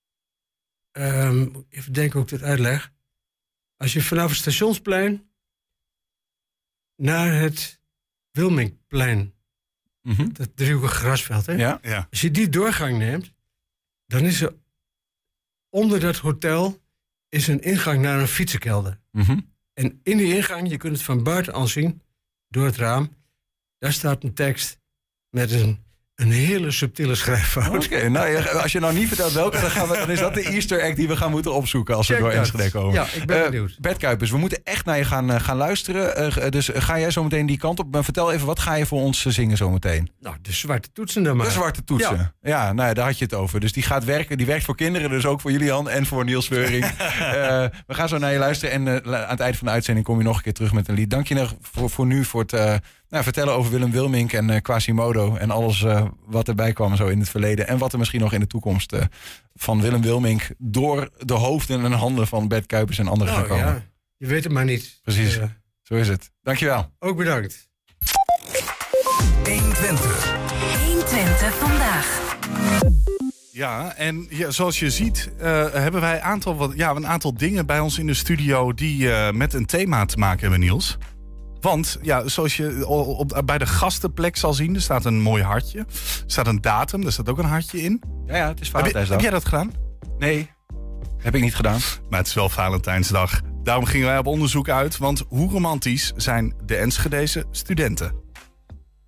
um, even denken hoe ik dit uitleg. Als je vanaf het stationsplein naar het Wilminkplein, mm-hmm. dat driehoekige grasveld, hè? Ja, ja. Als je die doorgang neemt, dan is er onder dat hotel is een ingang naar een fietsenkelder. Mm-hmm. En in die ingang, je kunt het van buiten al zien, door het raam, daar staat een tekst met een, een hele subtiele schrijffout. Oké, okay, nou, als je nou niet vertelt welke, dan, gaan we, dan is dat de Easter egg die we gaan moeten opzoeken als we Check door dat. Enschede komen. Ja, ik ben benieuwd. Uh, Bert Kuipers, we moeten echt naar je gaan, uh, gaan luisteren. Uh, dus ga jij zo meteen die kant op. Maar vertel even, wat ga je voor ons zingen zo meteen? Nou, de zwarte toetsen dan maar. De zwarte toetsen. Ja, ja nou ja, daar had je het over. Dus die gaat werken. Die werkt voor kinderen, dus ook voor Julian en voor Niels Veuring. uh, we gaan zo naar je luisteren. En uh, aan het eind van de uitzending kom je nog een keer terug met een lied. Dank je nog voor, voor nu voor het uh, nou, vertellen over Willem Wilmink en uh, Quasimodo. En alles uh, wat erbij kwam zo in het verleden. En wat er misschien nog in de toekomst uh, van Willem Wilmink door de hoofden en handen van Bert Kuipers en anderen nou, gaan komen. Ja, je weet het maar niet. Precies, uh, zo is het. Dankjewel. Ook bedankt. honderdtwintig. honderdtwintig vandaag. Ja, en ja, zoals je ziet uh, hebben wij aantal, wat, ja, een aantal dingen bij ons in de studio die uh, met een thema te maken hebben, Niels. Want ja, zoals je op, bij de gastenplek zal zien, er staat een mooi hartje. Er staat een datum, er staat ook een hartje in. Ja, ja, het is Valentijnsdag. Heb, heb jij dat gedaan? Nee, heb ik niet gedaan. Maar het is wel Valentijnsdag. Daarom gingen wij op onderzoek uit, want hoe romantisch zijn de Enschedese studenten?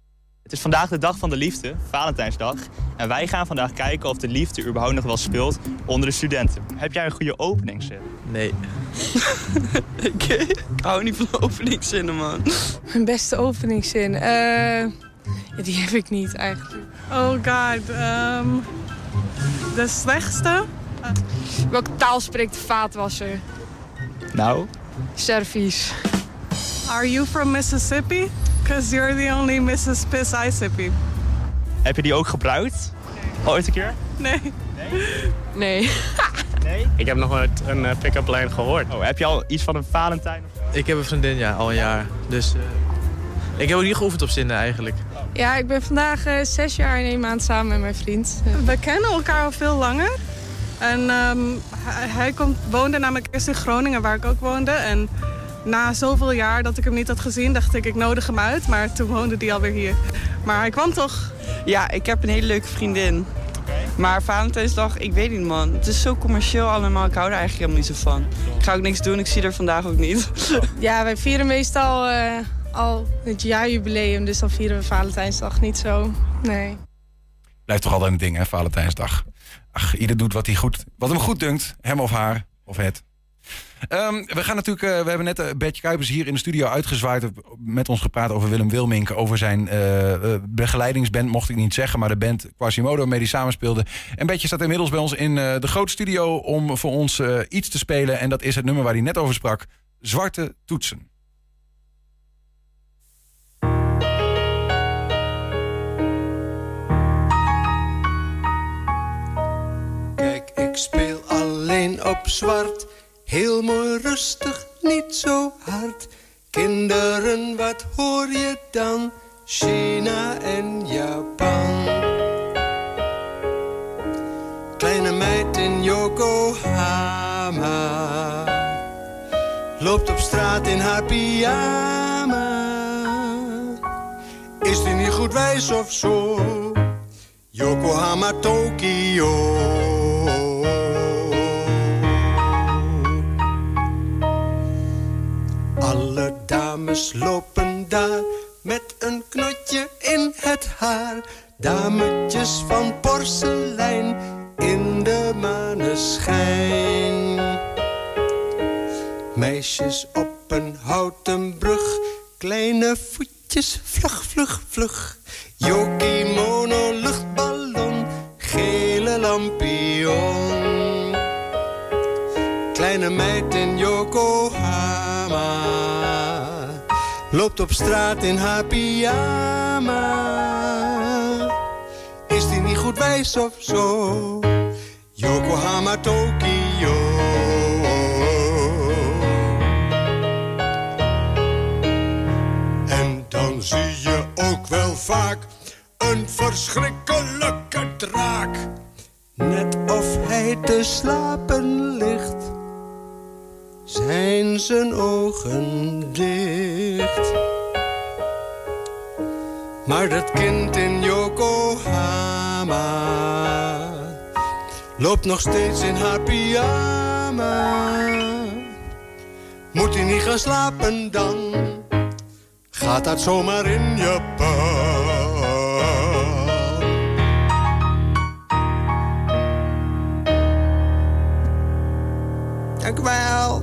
Het is vandaag de dag van de liefde, Valentijnsdag. En wij gaan vandaag kijken of de liefde überhaupt nog wel speelt onder de studenten. Heb jij een goede openingszin? Nee. ik, ik hou niet van openingszinnen, man. Mijn beste openingszin? Uh, ja, die heb ik niet eigenlijk. Oh god, um, de slechtste? Uh. Welke taal spreekt de vaatwasser? Nou? Servies. Are you from Mississippi? Because you're the only missus Mississippi. Heb je die ook gebruikt? Nee. Ooit een keer? Nee. Nee? Nee. Nee? Ik heb nog nooit een uh, pick-up lijn gehoord. Oh, heb je al iets van een Valentijn of zo? Ik heb een vriendin, ja, al een jaar. Dus uh, ik heb ook niet geoefend op zinnen eigenlijk. Ja, ik ben vandaag uh, zes jaar en één maand samen met mijn vriend. We kennen elkaar al veel langer. En um, hij, hij komt, woonde namelijk eerst in Groningen, waar ik ook woonde. En na zoveel jaar dat ik hem niet had gezien, dacht ik, ik nodig hem uit. Maar toen woonde hij alweer hier. Maar hij kwam toch. Ja, ik heb een hele leuke vriendin. Okay. Maar Valentijnsdag, ik weet niet, man. Het is zo commercieel allemaal. Ik hou er eigenlijk helemaal niet zo van. Ik ga ook niks doen, ik zie er vandaag ook niet. Ja, wij vieren meestal uh, al het jaarjubileum. Dus dan vieren we Valentijnsdag niet zo. Nee. Blijft toch altijd een ding, hè, Valentijnsdag. Ach, ieder doet wat, hij goed, wat hem goed dunkt. Hem of haar, of het. Um, we gaan natuurlijk, uh, we hebben net uh, Bertje Kuipers hier in de studio uitgezwaaid, met ons gepraat over Willem Wilmink, over zijn uh, uh, begeleidingsband, mocht ik niet zeggen, maar de band Quasimodo, mee die samenspeelde. En Bertje staat inmiddels bij ons in uh, de grote studio om voor ons uh, iets te spelen. En dat is het nummer waar hij net over sprak, Zwarte Toetsen. Kijk, ik speel alleen op zwart. Heel mooi rustig, niet zo hard. Kinderen, wat hoor je dan? China en Japan. Kleine meid in Yokohama loopt op straat in haar pyjama. Is die niet goed wijs of zo? Yokohama, Tokio. Alle dames lopen daar met een knotje in het haar. Dametjes van porselein in de maneschijn. Meisjes op een houten brug, kleine voetjes vlug, vlug, vlug. Yokimono, luchtballon, gele lampion. Kleine meid in Yokohama loopt op straat in haar pyjama. Is die niet goed wijs of zo? Yokohama, Tokio. En dan zie je ook wel vaak een verschrikkelijke draak. Net of hij te slapen ligt, zijn zijn ogen dicht. Maar dat kind in Yokohama loopt nog steeds in haar pyjama. Moet hij niet gaan slapen dan? Gaat dat zomaar in Japan? Dank u wel.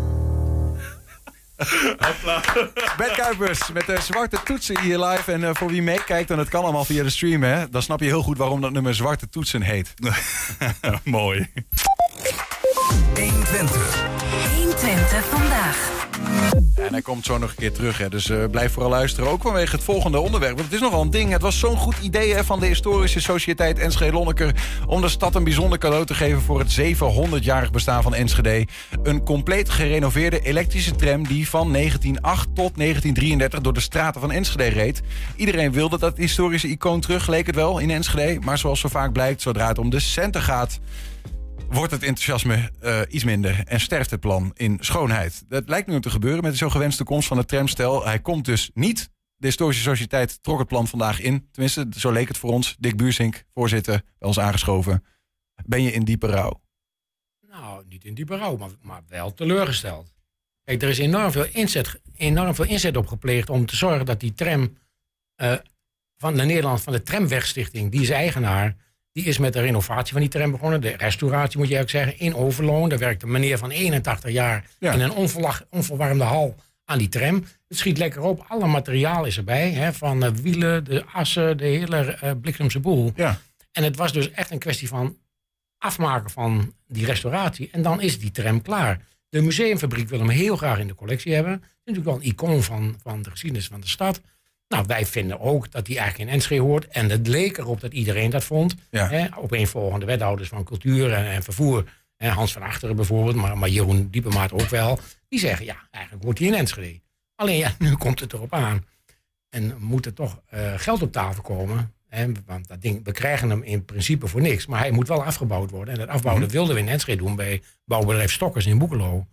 Bert Kuipers met de Zwarte Toetsen hier live. En uh, voor wie meekijkt, en het kan allemaal via de stream, hè, dan snap je heel goed waarom dat nummer Zwarte Toetsen heet. Mooi. honderdtwintig. honderdtwintig vandaag. En hij komt zo nog een keer terug, hè. Dus uh, blijf vooral luisteren. Ook vanwege het volgende onderwerp. Want het is nogal een ding. Het was zo'n goed idee, hè, van de historische sociëteit Enschede-Lonneker om de stad een bijzonder cadeau te geven voor het zevenhonderdjarig bestaan van Enschede. Een compleet gerenoveerde elektrische tram die van negentien nul acht tot negentien drieëndertig door de straten van Enschede reed. Iedereen wilde dat historische icoon terug, leek het wel, in Enschede. Maar zoals zo vaak blijkt, zodra het om de centen gaat, wordt het enthousiasme uh, iets minder en sterft het plan in schoonheid. Dat lijkt nu te gebeuren met de zo gewenste komst van het tramstel. Hij komt dus niet. De Historische Sociëteit trok het plan vandaag in. Tenminste, zo leek het voor ons. Dick Buursink, voorzitter, bij ons aangeschoven. Ben je in diepe rouw? Nou, niet in diepe rouw, maar, maar wel teleurgesteld. Kijk, er is enorm veel inzet, enorm veel inzet op gepleegd om te zorgen dat die tram uh, van de Nederland, van de Tramwegstichting, die is eigenaar. Die is met de renovatie van die tram begonnen. De restauratie moet je ook zeggen. In Overloon. Daar werkt een meneer van eenentachtig jaar ja. in een onverlag, onverwarmde hal aan die tram. Het schiet lekker op. Alle materiaal is erbij. Hè, van uh, wielen, de assen, de hele uh, bliksemse boel. Ja. En het was dus echt een kwestie van afmaken van die restauratie. En dan is die tram klaar. De museumfabriek wil hem heel graag in de collectie hebben. Het is natuurlijk wel een icoon van, van de geschiedenis van de stad. Nou, wij vinden ook dat die eigenlijk in Enschede hoort. En het leek erop dat iedereen dat vond. Ja. Hè, opeenvolgende wethouders van cultuur en, en vervoer. Hè, Hans van Achteren bijvoorbeeld, maar, maar Jeroen Diepemaat ook wel. Die zeggen, ja, eigenlijk hoort hij in Enschede. Alleen ja, nu komt het erop aan. En moet er toch uh, geld op tafel komen. Hè, want dat ding, we krijgen hem in principe voor niks. Maar hij moet wel afgebouwd worden. En dat afbouwen mm-hmm. wilden we in Enschede doen bij bouwbedrijf Stokkers in Boekelo.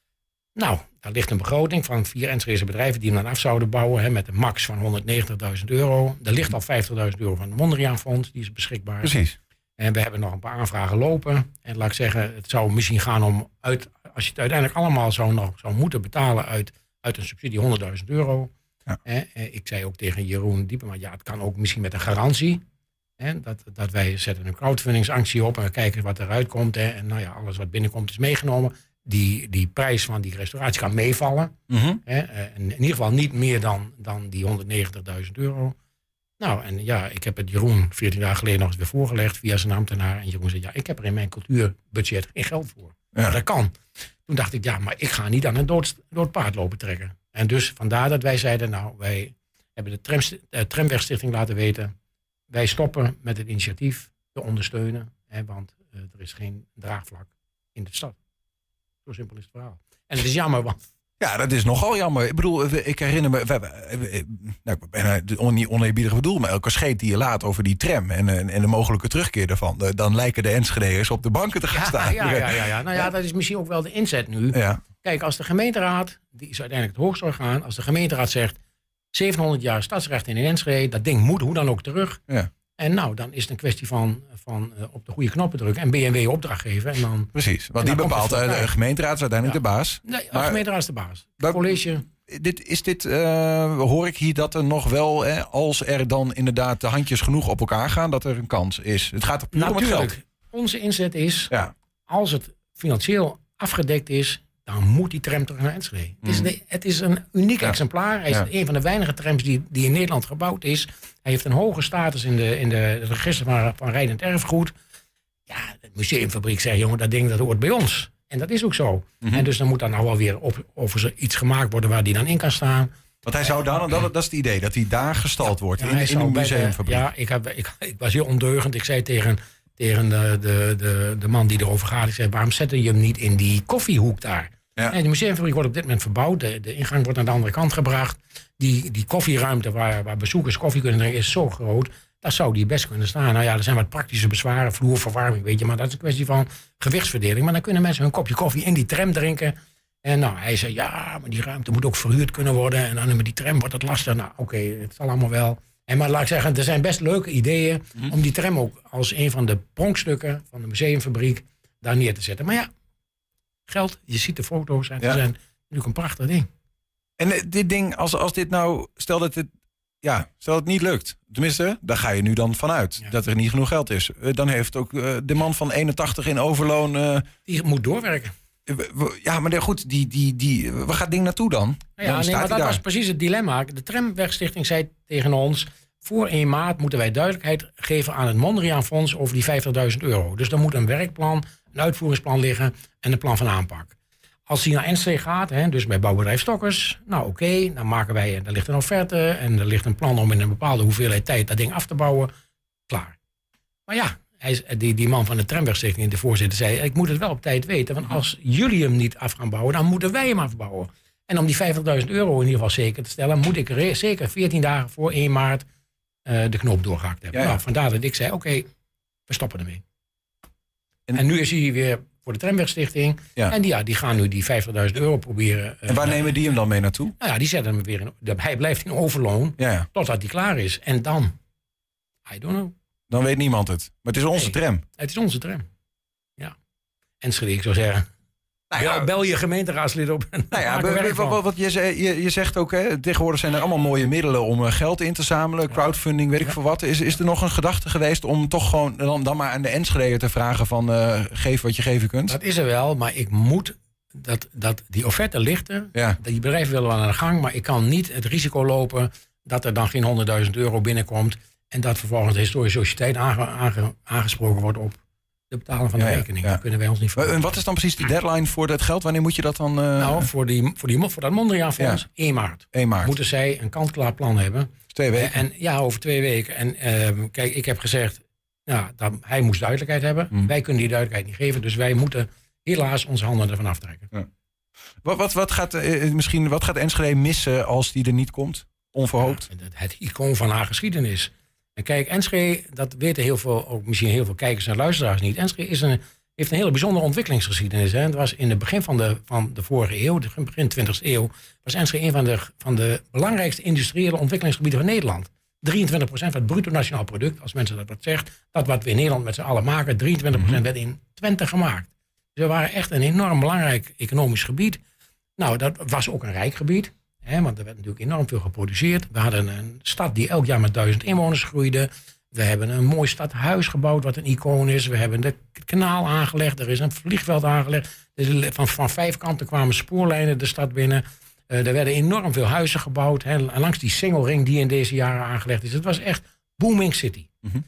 Nou, daar ligt een begroting van vier Enschedese bedrijven die hem dan af zouden bouwen. Hè, met een max van honderdnegentigduizend euro. Er ligt al vijftigduizend euro van het Mondriaan Fonds. Die is beschikbaar. Precies. En we hebben nog een paar aanvragen lopen. En laat ik zeggen, het zou misschien gaan om, uit, als je het uiteindelijk allemaal zou, nog, zou moeten betalen uit, uit een subsidie honderdduizend euro. Ja. Eh, ik zei ook tegen Jeroen Diepema, ja, het kan ook misschien met een garantie. Hè, dat, dat wij zetten een crowdfundingsactie op en we kijken wat eruit komt. Hè, en nou ja, alles wat binnenkomt is meegenomen. Die, die prijs van die restauratie kan meevallen. Mm-hmm. Hè, en in ieder geval niet meer dan, dan die honderdnegentigduizend euro. Nou, en ja, ik heb het Jeroen veertien dagen geleden nog eens weer voorgelegd via zijn ambtenaar. En Jeroen zei, ja, ik heb er in mijn cultuurbudget geen geld voor. Ja. Maar dat kan. Toen dacht ik, ja, maar ik ga niet aan een dood, dood paard lopen trekken. En dus vandaar dat wij zeiden, nou, wij hebben de tram, uh, Tramwegstichting laten weten. Wij stoppen met het initiatief te ondersteunen. Hè, want uh, er is geen draagvlak in de stad. Zo simpel is het verhaal. En het is jammer, want... Ja, dat is nogal jammer. Ik bedoel, ik herinner me... We, we, we, nou, ik ben on, niet oneerbiedig bedoel, maar elke scheet die je laat over die tram en, en, en de mogelijke terugkeer daarvan, dan lijken de Enschedeërs op de banken te gaan ja, staan. Ja, ja, ja, ja. Nou ja, dat is misschien ook wel de inzet nu. Ja. Kijk, als de gemeenteraad, die is uiteindelijk het hoogste orgaan, als de gemeenteraad zegt zevenhonderd jaar stadsrecht in Enschede, dat ding moet hoe dan ook terug. Ja. En nou, dan is het een kwestie van, van uh, op de goede knoppen drukken en B M W opdracht geven. En dan, Precies, want die bepaalt, de uh, gemeenteraad is uiteindelijk ja. de baas. Nee, de gemeenteraad is de baas. Het college... Dit, is dit, uh, hoor ik hier dat er nog wel, hè, als er dan inderdaad de handjes genoeg op elkaar gaan, dat er een kans is. Het gaat er puur om het geld. Onze inzet is, ja. als het financieel afgedekt is, dan moet die tram terug naar Enschede. Mm. Het, is de, het is een uniek ja. exemplaar. Hij is ja. een van de weinige trams die, die in Nederland gebouwd is. Hij heeft een hoge status in de, in de het register van, van rijdend erfgoed. Ja, de museumfabriek zegt, jongen, dat ding dat hoort bij ons. En dat is ook zo. Mm-hmm. En dus dan moet dan nou wel weer op, over iets gemaakt worden waar die dan in kan staan. Want hij zou dan, dat, dat is het idee, dat hij daar gestald wordt, ja, in, in een museumfabriek. De, ja, ik, heb, ik, ik was heel ondeugend. Ik zei tegen, tegen de, de, de, de man die erover gaat, ik zei, waarom zetten je hem niet in die koffiehoek daar? Ja. En de museumfabriek wordt op dit moment verbouwd. De, de ingang wordt naar de andere kant gebracht. Die, die koffieruimte waar, waar bezoekers koffie kunnen drinken is zo groot. Daar zou die best kunnen staan. Nou ja, er zijn wat praktische bezwaren. Vloerverwarming, weet je. Maar dat is een kwestie van gewichtsverdeling. Maar dan kunnen mensen hun kopje koffie in die tram drinken. En nou, hij zei, ja, maar die ruimte moet ook verhuurd kunnen worden. En dan met die tram wordt het lastig. Nou, oké, okay, het zal allemaal wel. En maar laat ik zeggen, er zijn best leuke ideeën mm-hmm. om die tram ook als een van de pronkstukken van de museumfabriek daar neer te zetten. Maar ja, geld, je ziet de foto's en ja. het is natuurlijk een prachtig ding. En uh, dit ding, als, als dit nou, stel dat het, ja, stel dat het niet lukt. Tenminste, daar ga je nu dan vanuit, ja. dat er niet genoeg geld is. Uh, dan heeft ook uh, de man van eenentachtig in Overloon... Uh, die moet doorwerken. Uh, ja, maar goed, die, die, die, waar gaat het ding naartoe dan? Ja, dan nee, maar dat daar. was precies het dilemma. De Tramwegstichting zei tegen ons, voor één maart moeten wij duidelijkheid geven aan het Mondriaan Fonds over die vijftigduizend euro. Dus er moet een werkplan, een uitvoeringsplan liggen en een plan van aanpak. Als die naar Enschede gaat, hè, dus bij bouwbedrijf Stokkers, nou oké, okay, dan maken wij, er ligt een offerte en er ligt een plan om in een bepaalde hoeveelheid tijd dat ding af te bouwen. Klaar. Maar ja, hij, die, die man van de Tramwegstichting, de voorzitter, zei, ik moet het wel op tijd weten, want als jullie hem niet af gaan bouwen, dan moeten wij hem afbouwen. En om die vijftigduizend euro in ieder geval zeker te stellen, moet ik re- zeker veertien dagen voor één maart uh, de knoop doorgehakt hebben. Ja, ja. Nou, vandaar dat ik zei, oké, okay, we stoppen ermee. En, en nu is hij weer voor de Tramwegstichting. Ja. En die, ja, die gaan nu die vijftigduizend euro proberen. En waar uh, nemen die hem dan mee naartoe? Nou ja, die zetten hem weer in. Hij blijft in Overloon ja, ja. totdat hij klaar is. En dan, I don't know. Dan weet niemand het. Maar het is onze nee, tram. Het is onze tram. Ja. Enschede, ik zou zeggen, Nou ja, bel je gemeenteraadslid op. En nou ja, maak er werk van. wat, wat je, je, je zegt ook, hè, tegenwoordig zijn er allemaal mooie middelen om uh, geld in te zamelen. Crowdfunding, weet ik ja. veel wat. Is, is er nog een gedachte geweest om toch gewoon dan, dan maar aan de Enschedeër te vragen van uh, geef wat je geven kunt? Dat is er wel, maar ik moet... Dat, dat die offerte ligt er. Ja. Die bedrijven willen wel aan de gang, maar ik kan niet het risico lopen dat er dan geen honderdduizend euro binnenkomt en dat vervolgens de historische sociëteit aange, aange, aangesproken wordt op de betaling van de ja, rekening. Ja. Dat kunnen wij ons niet voor. En wat is dan precies die deadline voor dat geld? Wanneer moet je dat dan... Uh... Nou, voor, die, voor, die, voor dat Mondriaanfonds, ja. één maart. één maart. Moeten zij een kant-klaar plan hebben. Twee weken. En, ja, over twee weken. En uh, kijk, ik heb gezegd, nou, dat, hij moest duidelijkheid hebben. Hmm. Wij kunnen die duidelijkheid niet geven, dus wij moeten helaas onze handen ervan aftrekken. Ja. Wat, wat, wat, gaat, uh, misschien, wat gaat Enschede missen als die er niet komt? Onverhoopt? Ja, het, het icoon van haar geschiedenis. En kijk, Enschede, dat weten heel veel, ook misschien heel veel kijkers en luisteraars niet. Enschede is een, heeft een hele bijzondere ontwikkelingsgeschiedenis. Hè. Het was in het begin van de, van de vorige eeuw, de begin twintigste eeuw, was Enschede een van de, van de belangrijkste industriële ontwikkelingsgebieden van Nederland. drieëntwintig procent van het bruto nationaal product, als mensen dat wat zegt, dat wat we in Nederland met z'n allen maken, drieëntwintig procent werd in Twente gemaakt. Dus we waren echt een enorm belangrijk economisch gebied. Nou, dat was ook een rijk gebied. Hè, want er werd natuurlijk enorm veel geproduceerd. We hadden een stad die elk jaar met duizend inwoners groeide. We hebben een mooi stadhuis gebouwd wat een icoon is. We hebben het kanaal aangelegd. Er is een vliegveld aangelegd. Van, van vijf kanten kwamen spoorlijnen de stad binnen. Uh, er werden enorm veel huizen gebouwd. Hè, langs die singelring die in deze jaren aangelegd is. Het was echt booming city. Mm-hmm.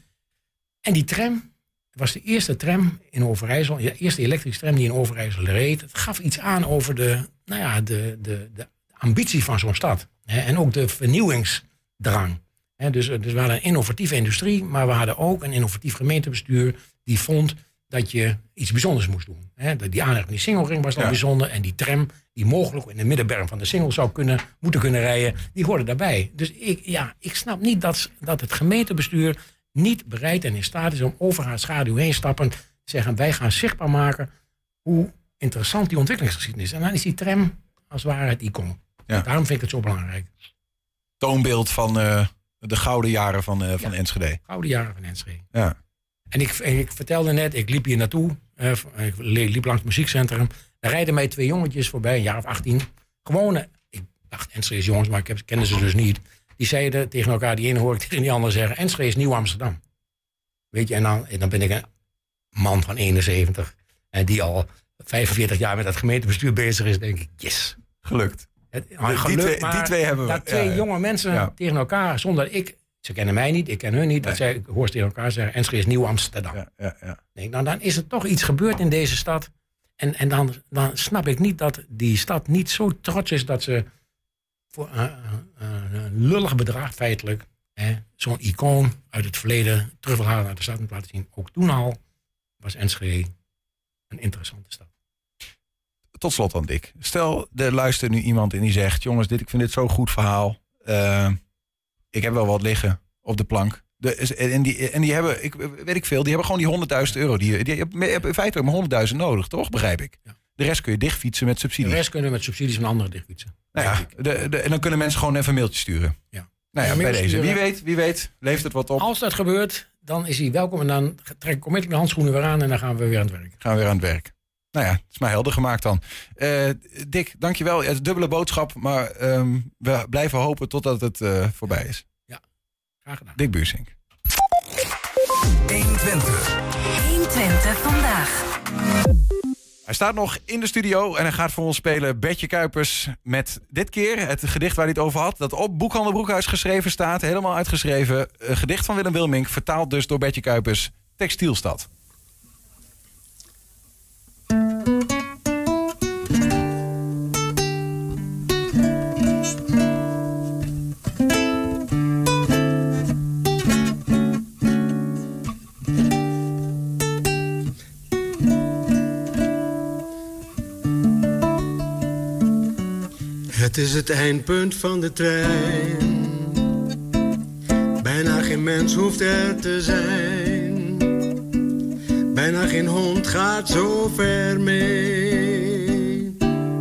En die tram was de eerste tram in Overijssel. De eerste elektrische tram die in Overijssel reed. Het gaf iets aan over de, nou ja, de, de, de ambitie van zo'n stad. Hè, en ook de vernieuwingsdrang. Hè, dus, dus we hadden een innovatieve industrie, maar we hadden ook een innovatief gemeentebestuur die vond dat je iets bijzonders moest doen. Hè, die aanleg van die singelring was dan ja. bijzonder. En die tram, die mogelijk in de middenberm van de singel zou kunnen, moeten kunnen rijden, die hoorde daarbij. Dus ik, ja, ik snap niet dat, dat het gemeentebestuur niet bereid en in staat is om over haar schaduw heen stappend te zeggen, wij gaan zichtbaar maken hoe interessant die ontwikkelingsgeschiedenis is. En dan is die tram als het ware het icoon. Ja. Daarom vind ik het zo belangrijk. Toonbeeld van uh, de gouden jaren van, uh, van ja, Enschede. Gouden jaren van Enschede. Ja. En ik, ik vertelde net, ik liep hier naartoe. Uh, ik liep langs het muziekcentrum. Daar rijden mij twee jongetjes voorbij, een jaar of achttien. Gewone, ik dacht Enschede is jongens, maar ik heb, kende ze dus niet. Die zeiden tegen elkaar, die ene hoor ik tegen die andere zeggen, Enschede is Nieuw Amsterdam. Weet je, en dan, en dan ben ik een man van eenenzeventig. En die al vijfenveertig jaar met dat gemeentebestuur bezig is, denk ik, yes. Gelukt. Het, geluk, die, twee, die twee hebben we. Dat twee ja, jonge mensen ja. tegen elkaar, zonder ik, ze kennen mij niet, ik ken hun niet, nee. dat zij, ik hoor ze tegen elkaar zeggen, Enschede is Nieuw Amsterdam. Ja, ja, ja. Nee, nou, dan is er toch iets gebeurd in deze stad. En, en dan, dan snap ik niet dat die stad niet zo trots is dat ze voor uh, uh, een lullig bedrag feitelijk zo'n icoon uit het verleden terug wil halen naar de stad en laten zien. Ook toen al was Enschede een interessante stad. Tot slot dan, Dick. Stel, er luistert nu iemand en die zegt, jongens, dit, ik vind dit zo'n goed verhaal. Uh, ik heb wel wat liggen op de plank. De, en, die, en die hebben, ik, weet ik veel, die hebben gewoon die honderdduizend euro. Die, die hebben in feite maar honderdduizend nodig, toch? Begrijp ik. Ja. De rest kun je dichtfietsen met subsidies. De rest kunnen we met subsidies van anderen dichtfietsen. Nou ja, de, de, en dan kunnen mensen gewoon even een mailtje sturen. Ja. Nou ja, bij deze. Wie weet, wie weet, leeft het wat op. Als dat gebeurt, dan is hij welkom. En dan trek ik onmiddellijk de handschoenen weer aan en dan gaan we weer aan het werk. Gaan we weer aan het werk. Nou ja, het is maar helder gemaakt dan. Uh, Dick, dankjewel. Het is een dubbele boodschap, maar um, we blijven hopen totdat het uh, voorbij is. Ja, graag gedaan. Dick Buursink. honderdtwintig. honderdtwintig vandaag. Hij staat nog in de studio en hij gaat voor ons spelen Bertje Kuipers met dit keer het gedicht waar hij het over had. Dat op Boekhandel Broekhuis geschreven staat, helemaal uitgeschreven. Een gedicht van Willem Wilmink, vertaald dus door Bertje Kuipers, Textielstad. Het is het eindpunt van de trein. Bijna geen mens hoeft er te zijn. Bijna geen hond gaat zo ver mee.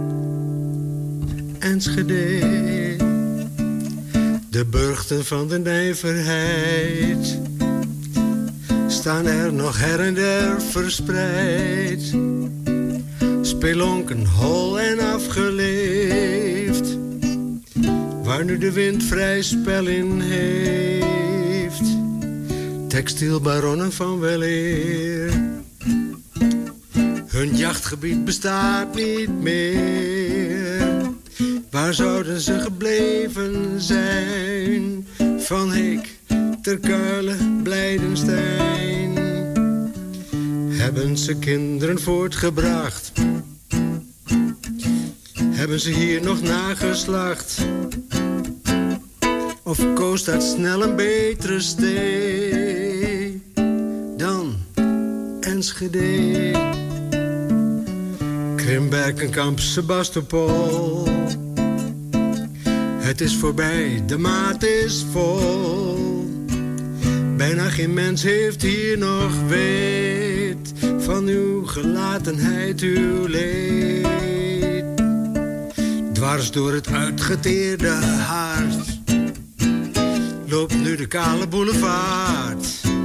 Enschede, de burchten van de nijverheid, staan er nog her en der verspreid. spelonken hol en afgeleefd, waar nu de wind vrij spel in heeft. Textielbaronnen van weleer, hun jachtgebied bestaat niet meer. Waar zouden ze gebleven zijn? Van Heek, Ter Kuilen, Blijdenstein. Hebben ze kinderen voortgebracht? Hebben ze hier nog nageslacht? Of koos dat snel een betere stee dan Enschede? Krimberkenkamp, Sebastopol. Het is voorbij, de maat is vol. Bijna geen mens heeft hier nog weet van uw gelatenheid, uw leed. Dwars door het uitgeteerde hart loopt nu de kale boulevard,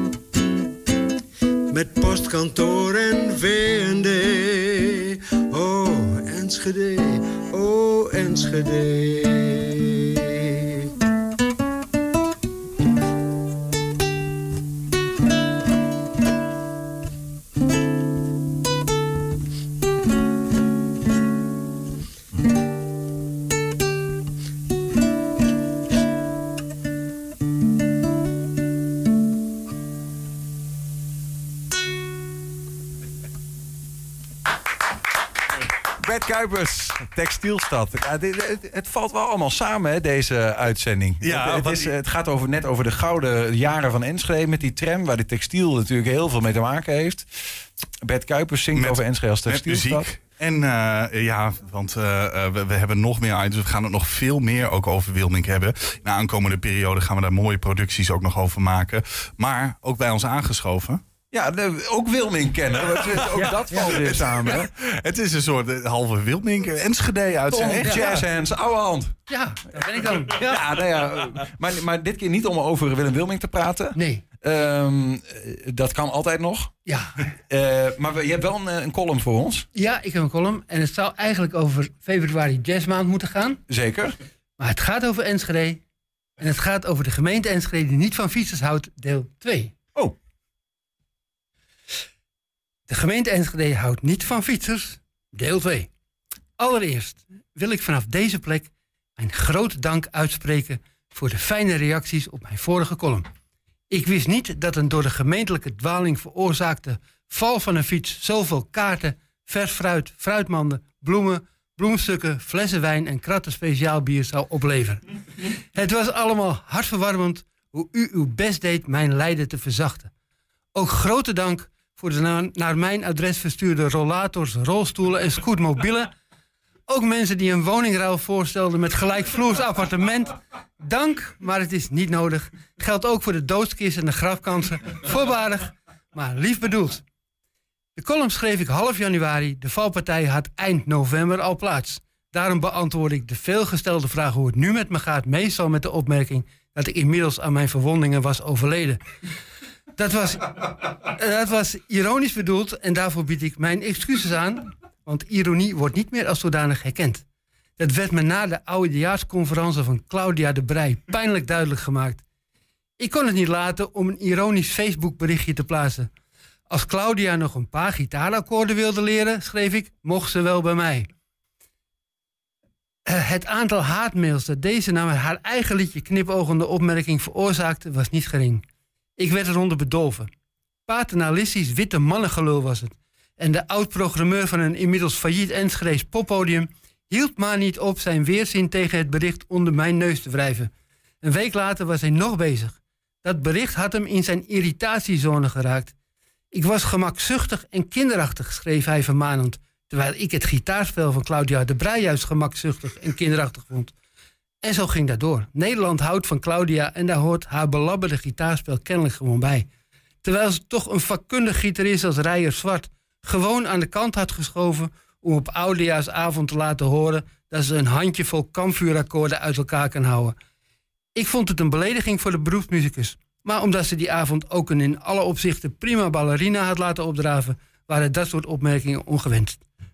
met postkantoor en V en D. Oh, Enschede, oh, Enschede. Bert Kuipers, Textielstad. Ja, dit, het, het valt wel allemaal samen, hè, deze uitzending. Ja, het, het, is, het gaat over, net over de gouden jaren van Enschede met die tram, waar de textiel natuurlijk heel veel mee te maken heeft. Bert Kuipers zingt met, over Enschede als textielstad. En uh, ja, want uh, we, we hebben nog meer items. We gaan het nog veel meer ook over Wilmink hebben. In de aankomende periode gaan we daar mooie producties ook nog over maken. Maar ook bij ons aangeschoven. Ja, de, ook Wilmink kennen. Ook ja, dat valt ja, weer samen. Hè? Het is een soort halve Wilmink. Enschede uit zijn echt jazzhands, oude hand. Ja, daar ben ik dan. Ja, ja, nou ja maar, maar dit keer niet om over Willem Wilmink te praten. Nee. Um, dat kan altijd nog. Ja. Uh, maar we, je hebt wel een, een column voor ons. Ja, ik heb een column. En het zou eigenlijk over februari jazzmaand moeten gaan. Zeker. Maar het gaat over Enschede. En het gaat over de gemeente Enschede die niet van fietsers houdt, deel twee. Oh. De gemeente Enschede houdt niet van fietsers, deel twee. Allereerst wil ik vanaf deze plek mijn grote dank uitspreken voor de fijne reacties op mijn vorige column. Ik wist niet dat een door de gemeentelijke dwaling veroorzaakte val van een fiets zoveel kaarten, vers fruit, fruitmanden, bloemen, bloemstukken, flessen wijn en kratten speciaalbier zou opleveren. Het was allemaal hartverwarmend hoe u uw best deed mijn lijden te verzachten. Ook grote dank voor de na- naar mijn adres verstuurde rollators, rolstoelen en scootmobielen. Ook mensen die een woningruil voorstelden met gelijkvloers appartement. Dank, maar het is niet nodig. Geldt ook voor de doodskist en de grafkansen. Voorbarig, maar lief bedoeld. De column schreef ik half januari. De valpartij had eind november al plaats. Daarom beantwoord ik de veelgestelde vraag hoe het nu met me gaat, meestal met de opmerking dat ik inmiddels aan mijn verwondingen was overleden. Dat was, dat was ironisch bedoeld en daarvoor bied ik mijn excuses aan, want ironie wordt niet meer als zodanig herkend. Dat werd me na de oudejaarsconferentie van Claudia de Breij pijnlijk duidelijk gemaakt. Ik kon het niet laten om een ironisch Facebook-berichtje te plaatsen. Als Claudia nog een paar gitaarakkoorden wilde leren, schreef ik, mocht ze wel bij mij. Uh, het aantal haatmails dat deze naar haar eigen liedje knipogende opmerking veroorzaakte, was niet gering. Ik werd eronder bedolven. Paternalistisch witte mannengelul was het. En de oud-programmeur van een inmiddels failliet Enschede's poppodium hield maar niet op zijn weerzin tegen het bericht onder mijn neus te wrijven. Een week later was hij nog bezig. Dat bericht had hem in zijn irritatiezone geraakt. Ik was gemakzuchtig en kinderachtig, schreef hij vermanend, terwijl ik het gitaarspel van Claudia de Breij juist gemakzuchtig en kinderachtig vond. En zo ging dat door. Nederland houdt van Claudia en daar hoort haar belabberde gitaarspel kennelijk gewoon bij. Terwijl ze toch een vakkundig gitarist als Reijer Zwart gewoon aan de kant had geschoven om op oudejaarsavond te laten horen dat ze een handjevol kampvuurakkoorden uit elkaar kan houden. Ik vond het een belediging voor de beroepsmuzikus. Maar omdat ze die avond ook een in alle opzichten prima ballerina had laten opdraven, waren dat soort opmerkingen ongewenst.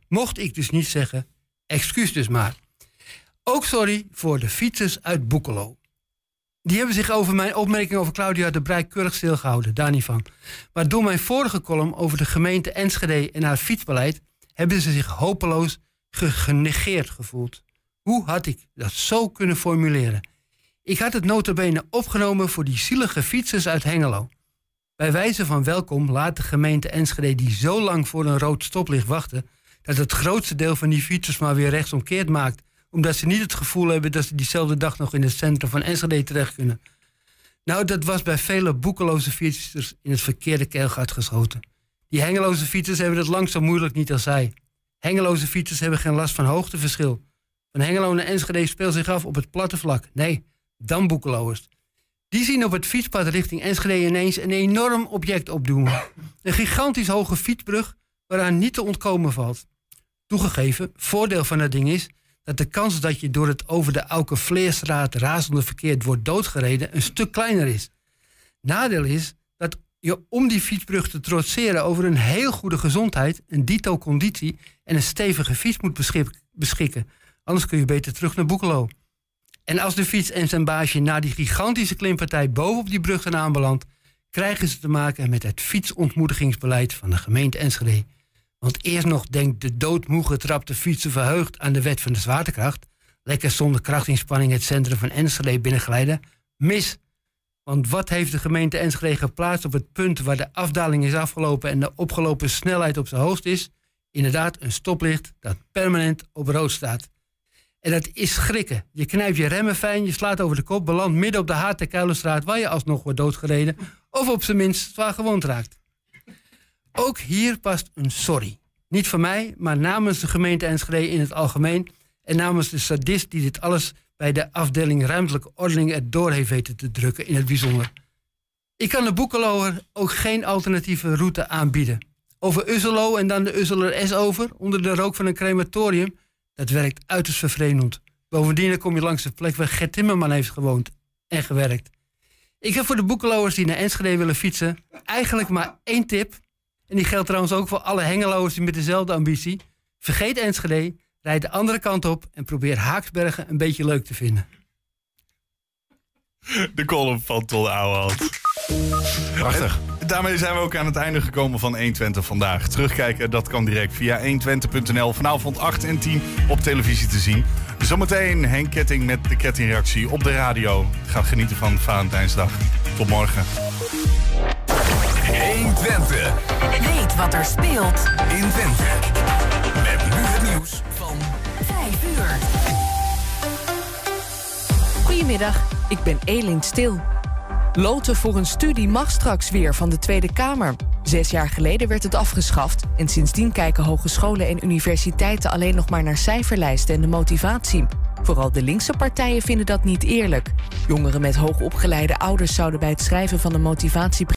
mocht ik dus niet zeggen, excuus dus maar. Ook sorry voor de fietsers uit Boekelo. Die hebben zich over mijn opmerking over Claudia de Breij keurig stilgehouden, daar niet van. Maar door mijn vorige column over de gemeente Enschede en haar fietsbeleid hebben ze zich hopeloos ge- genegeerd gevoeld. Hoe had ik dat zo kunnen formuleren? Ik had het nota bene opgenomen voor die zielige fietsers uit Hengelo. Bij wijze van welkom laat de gemeente Enschede die zo lang voor een rood stoplicht wachten, dat het grootste deel van die fietsers maar weer rechtsomkeerd maakt, omdat ze niet het gevoel hebben dat ze diezelfde dag nog in het centrum van Enschede terecht kunnen. Nou, dat was bij vele boekeloze fietsers in het verkeerde keelgat geschoten. Die Hengeloze fietsers hebben het lang zo moeilijk niet als zij. Hengeloze fietsers hebben geen last van hoogteverschil. Van Hengelo naar Enschede speelt zich af op het platte vlak. Nee, dan Boekeloers. Die zien op het fietspad richting Enschede ineens een enorm object opdoemen. Een gigantisch hoge fietsbrug waaraan niet te ontkomen valt. Toegegeven, voordeel van dat ding is dat de kans dat je door het over de Auke Vleerstraat razende verkeer wordt doodgereden een stuk kleiner is. Nadeel is dat je om die fietsbrug te trotseren over een heel goede gezondheid, een dito conditie en een stevige fiets moet beschik- beschikken. Anders kun je beter terug naar Boekelo. En als de fiets en zijn baasje na die gigantische klimpartij bovenop die brug zijn aanbeland, krijgen ze te maken met het fietsontmoedigingsbeleid van de gemeente Enschede. Want eerst nog denkt de doodmoe getrapte fietser verheugd aan de wet van de zwaartekracht, lekker zonder krachtinspanning het centrum van Enschede binnenglijden. Mis. Want wat heeft de gemeente Enschede geplaatst op het punt waar de afdaling is afgelopen en de opgelopen snelheid op zijn hoogst is? Inderdaad, een stoplicht dat permanent op rood staat. En dat is schrikken. Je knijpt je remmen fijn, je slaat over de kop, belandt midden op de Haat- en Kuilenstraat waar je alsnog wordt doodgereden of op zijn minst zwaar gewond raakt. Ook hier past een sorry. Niet van mij, maar namens de gemeente Enschede in het algemeen en namens de sadist die dit alles bij de afdeling ruimtelijke ordening erdoor heeft weten te drukken in het bijzonder. Ik kan de Boekeloer ook geen alternatieve route aanbieden. Over Usselo en dan de Usseler S over, onder de rook van een crematorium, dat werkt uiterst vervreemdend. Bovendien kom je langs de plek waar Gert Timmerman heeft gewoond en gewerkt. Ik heb voor de Boekeloers die naar Enschede willen fietsen eigenlijk maar één tip. En die geldt trouwens ook voor alle Hengeloers die met dezelfde ambitie. Vergeet Enschede, rijd de andere kant op en probeer Haaksbergen een beetje leuk te vinden. De column van Ton Ouwehand. Prachtig. Daarmee zijn we ook aan het einde gekomen van honderdtwintig vandaag. Terugkijken, dat kan direct via honderdtwintig punt n l. Vanavond acht en tien op televisie te zien. Zometeen Henk Ketting met de kettingreactie op de radio. Ga genieten van Valentijnsdag. Tot morgen. honderdtwintig. Weet wat er speelt in Twente. Met nu het nieuws van vijf uur. Goedemiddag, ik ben Elin Stil. Loten voor een studie mag straks weer van de Tweede Kamer. Zes jaar geleden werd het afgeschaft en sindsdien kijken hogescholen en universiteiten alleen nog maar naar cijferlijsten en de motivatie. Vooral de linkse partijen vinden dat niet eerlijk. Jongeren met hoogopgeleide ouders zouden bij het schrijven van een motivatie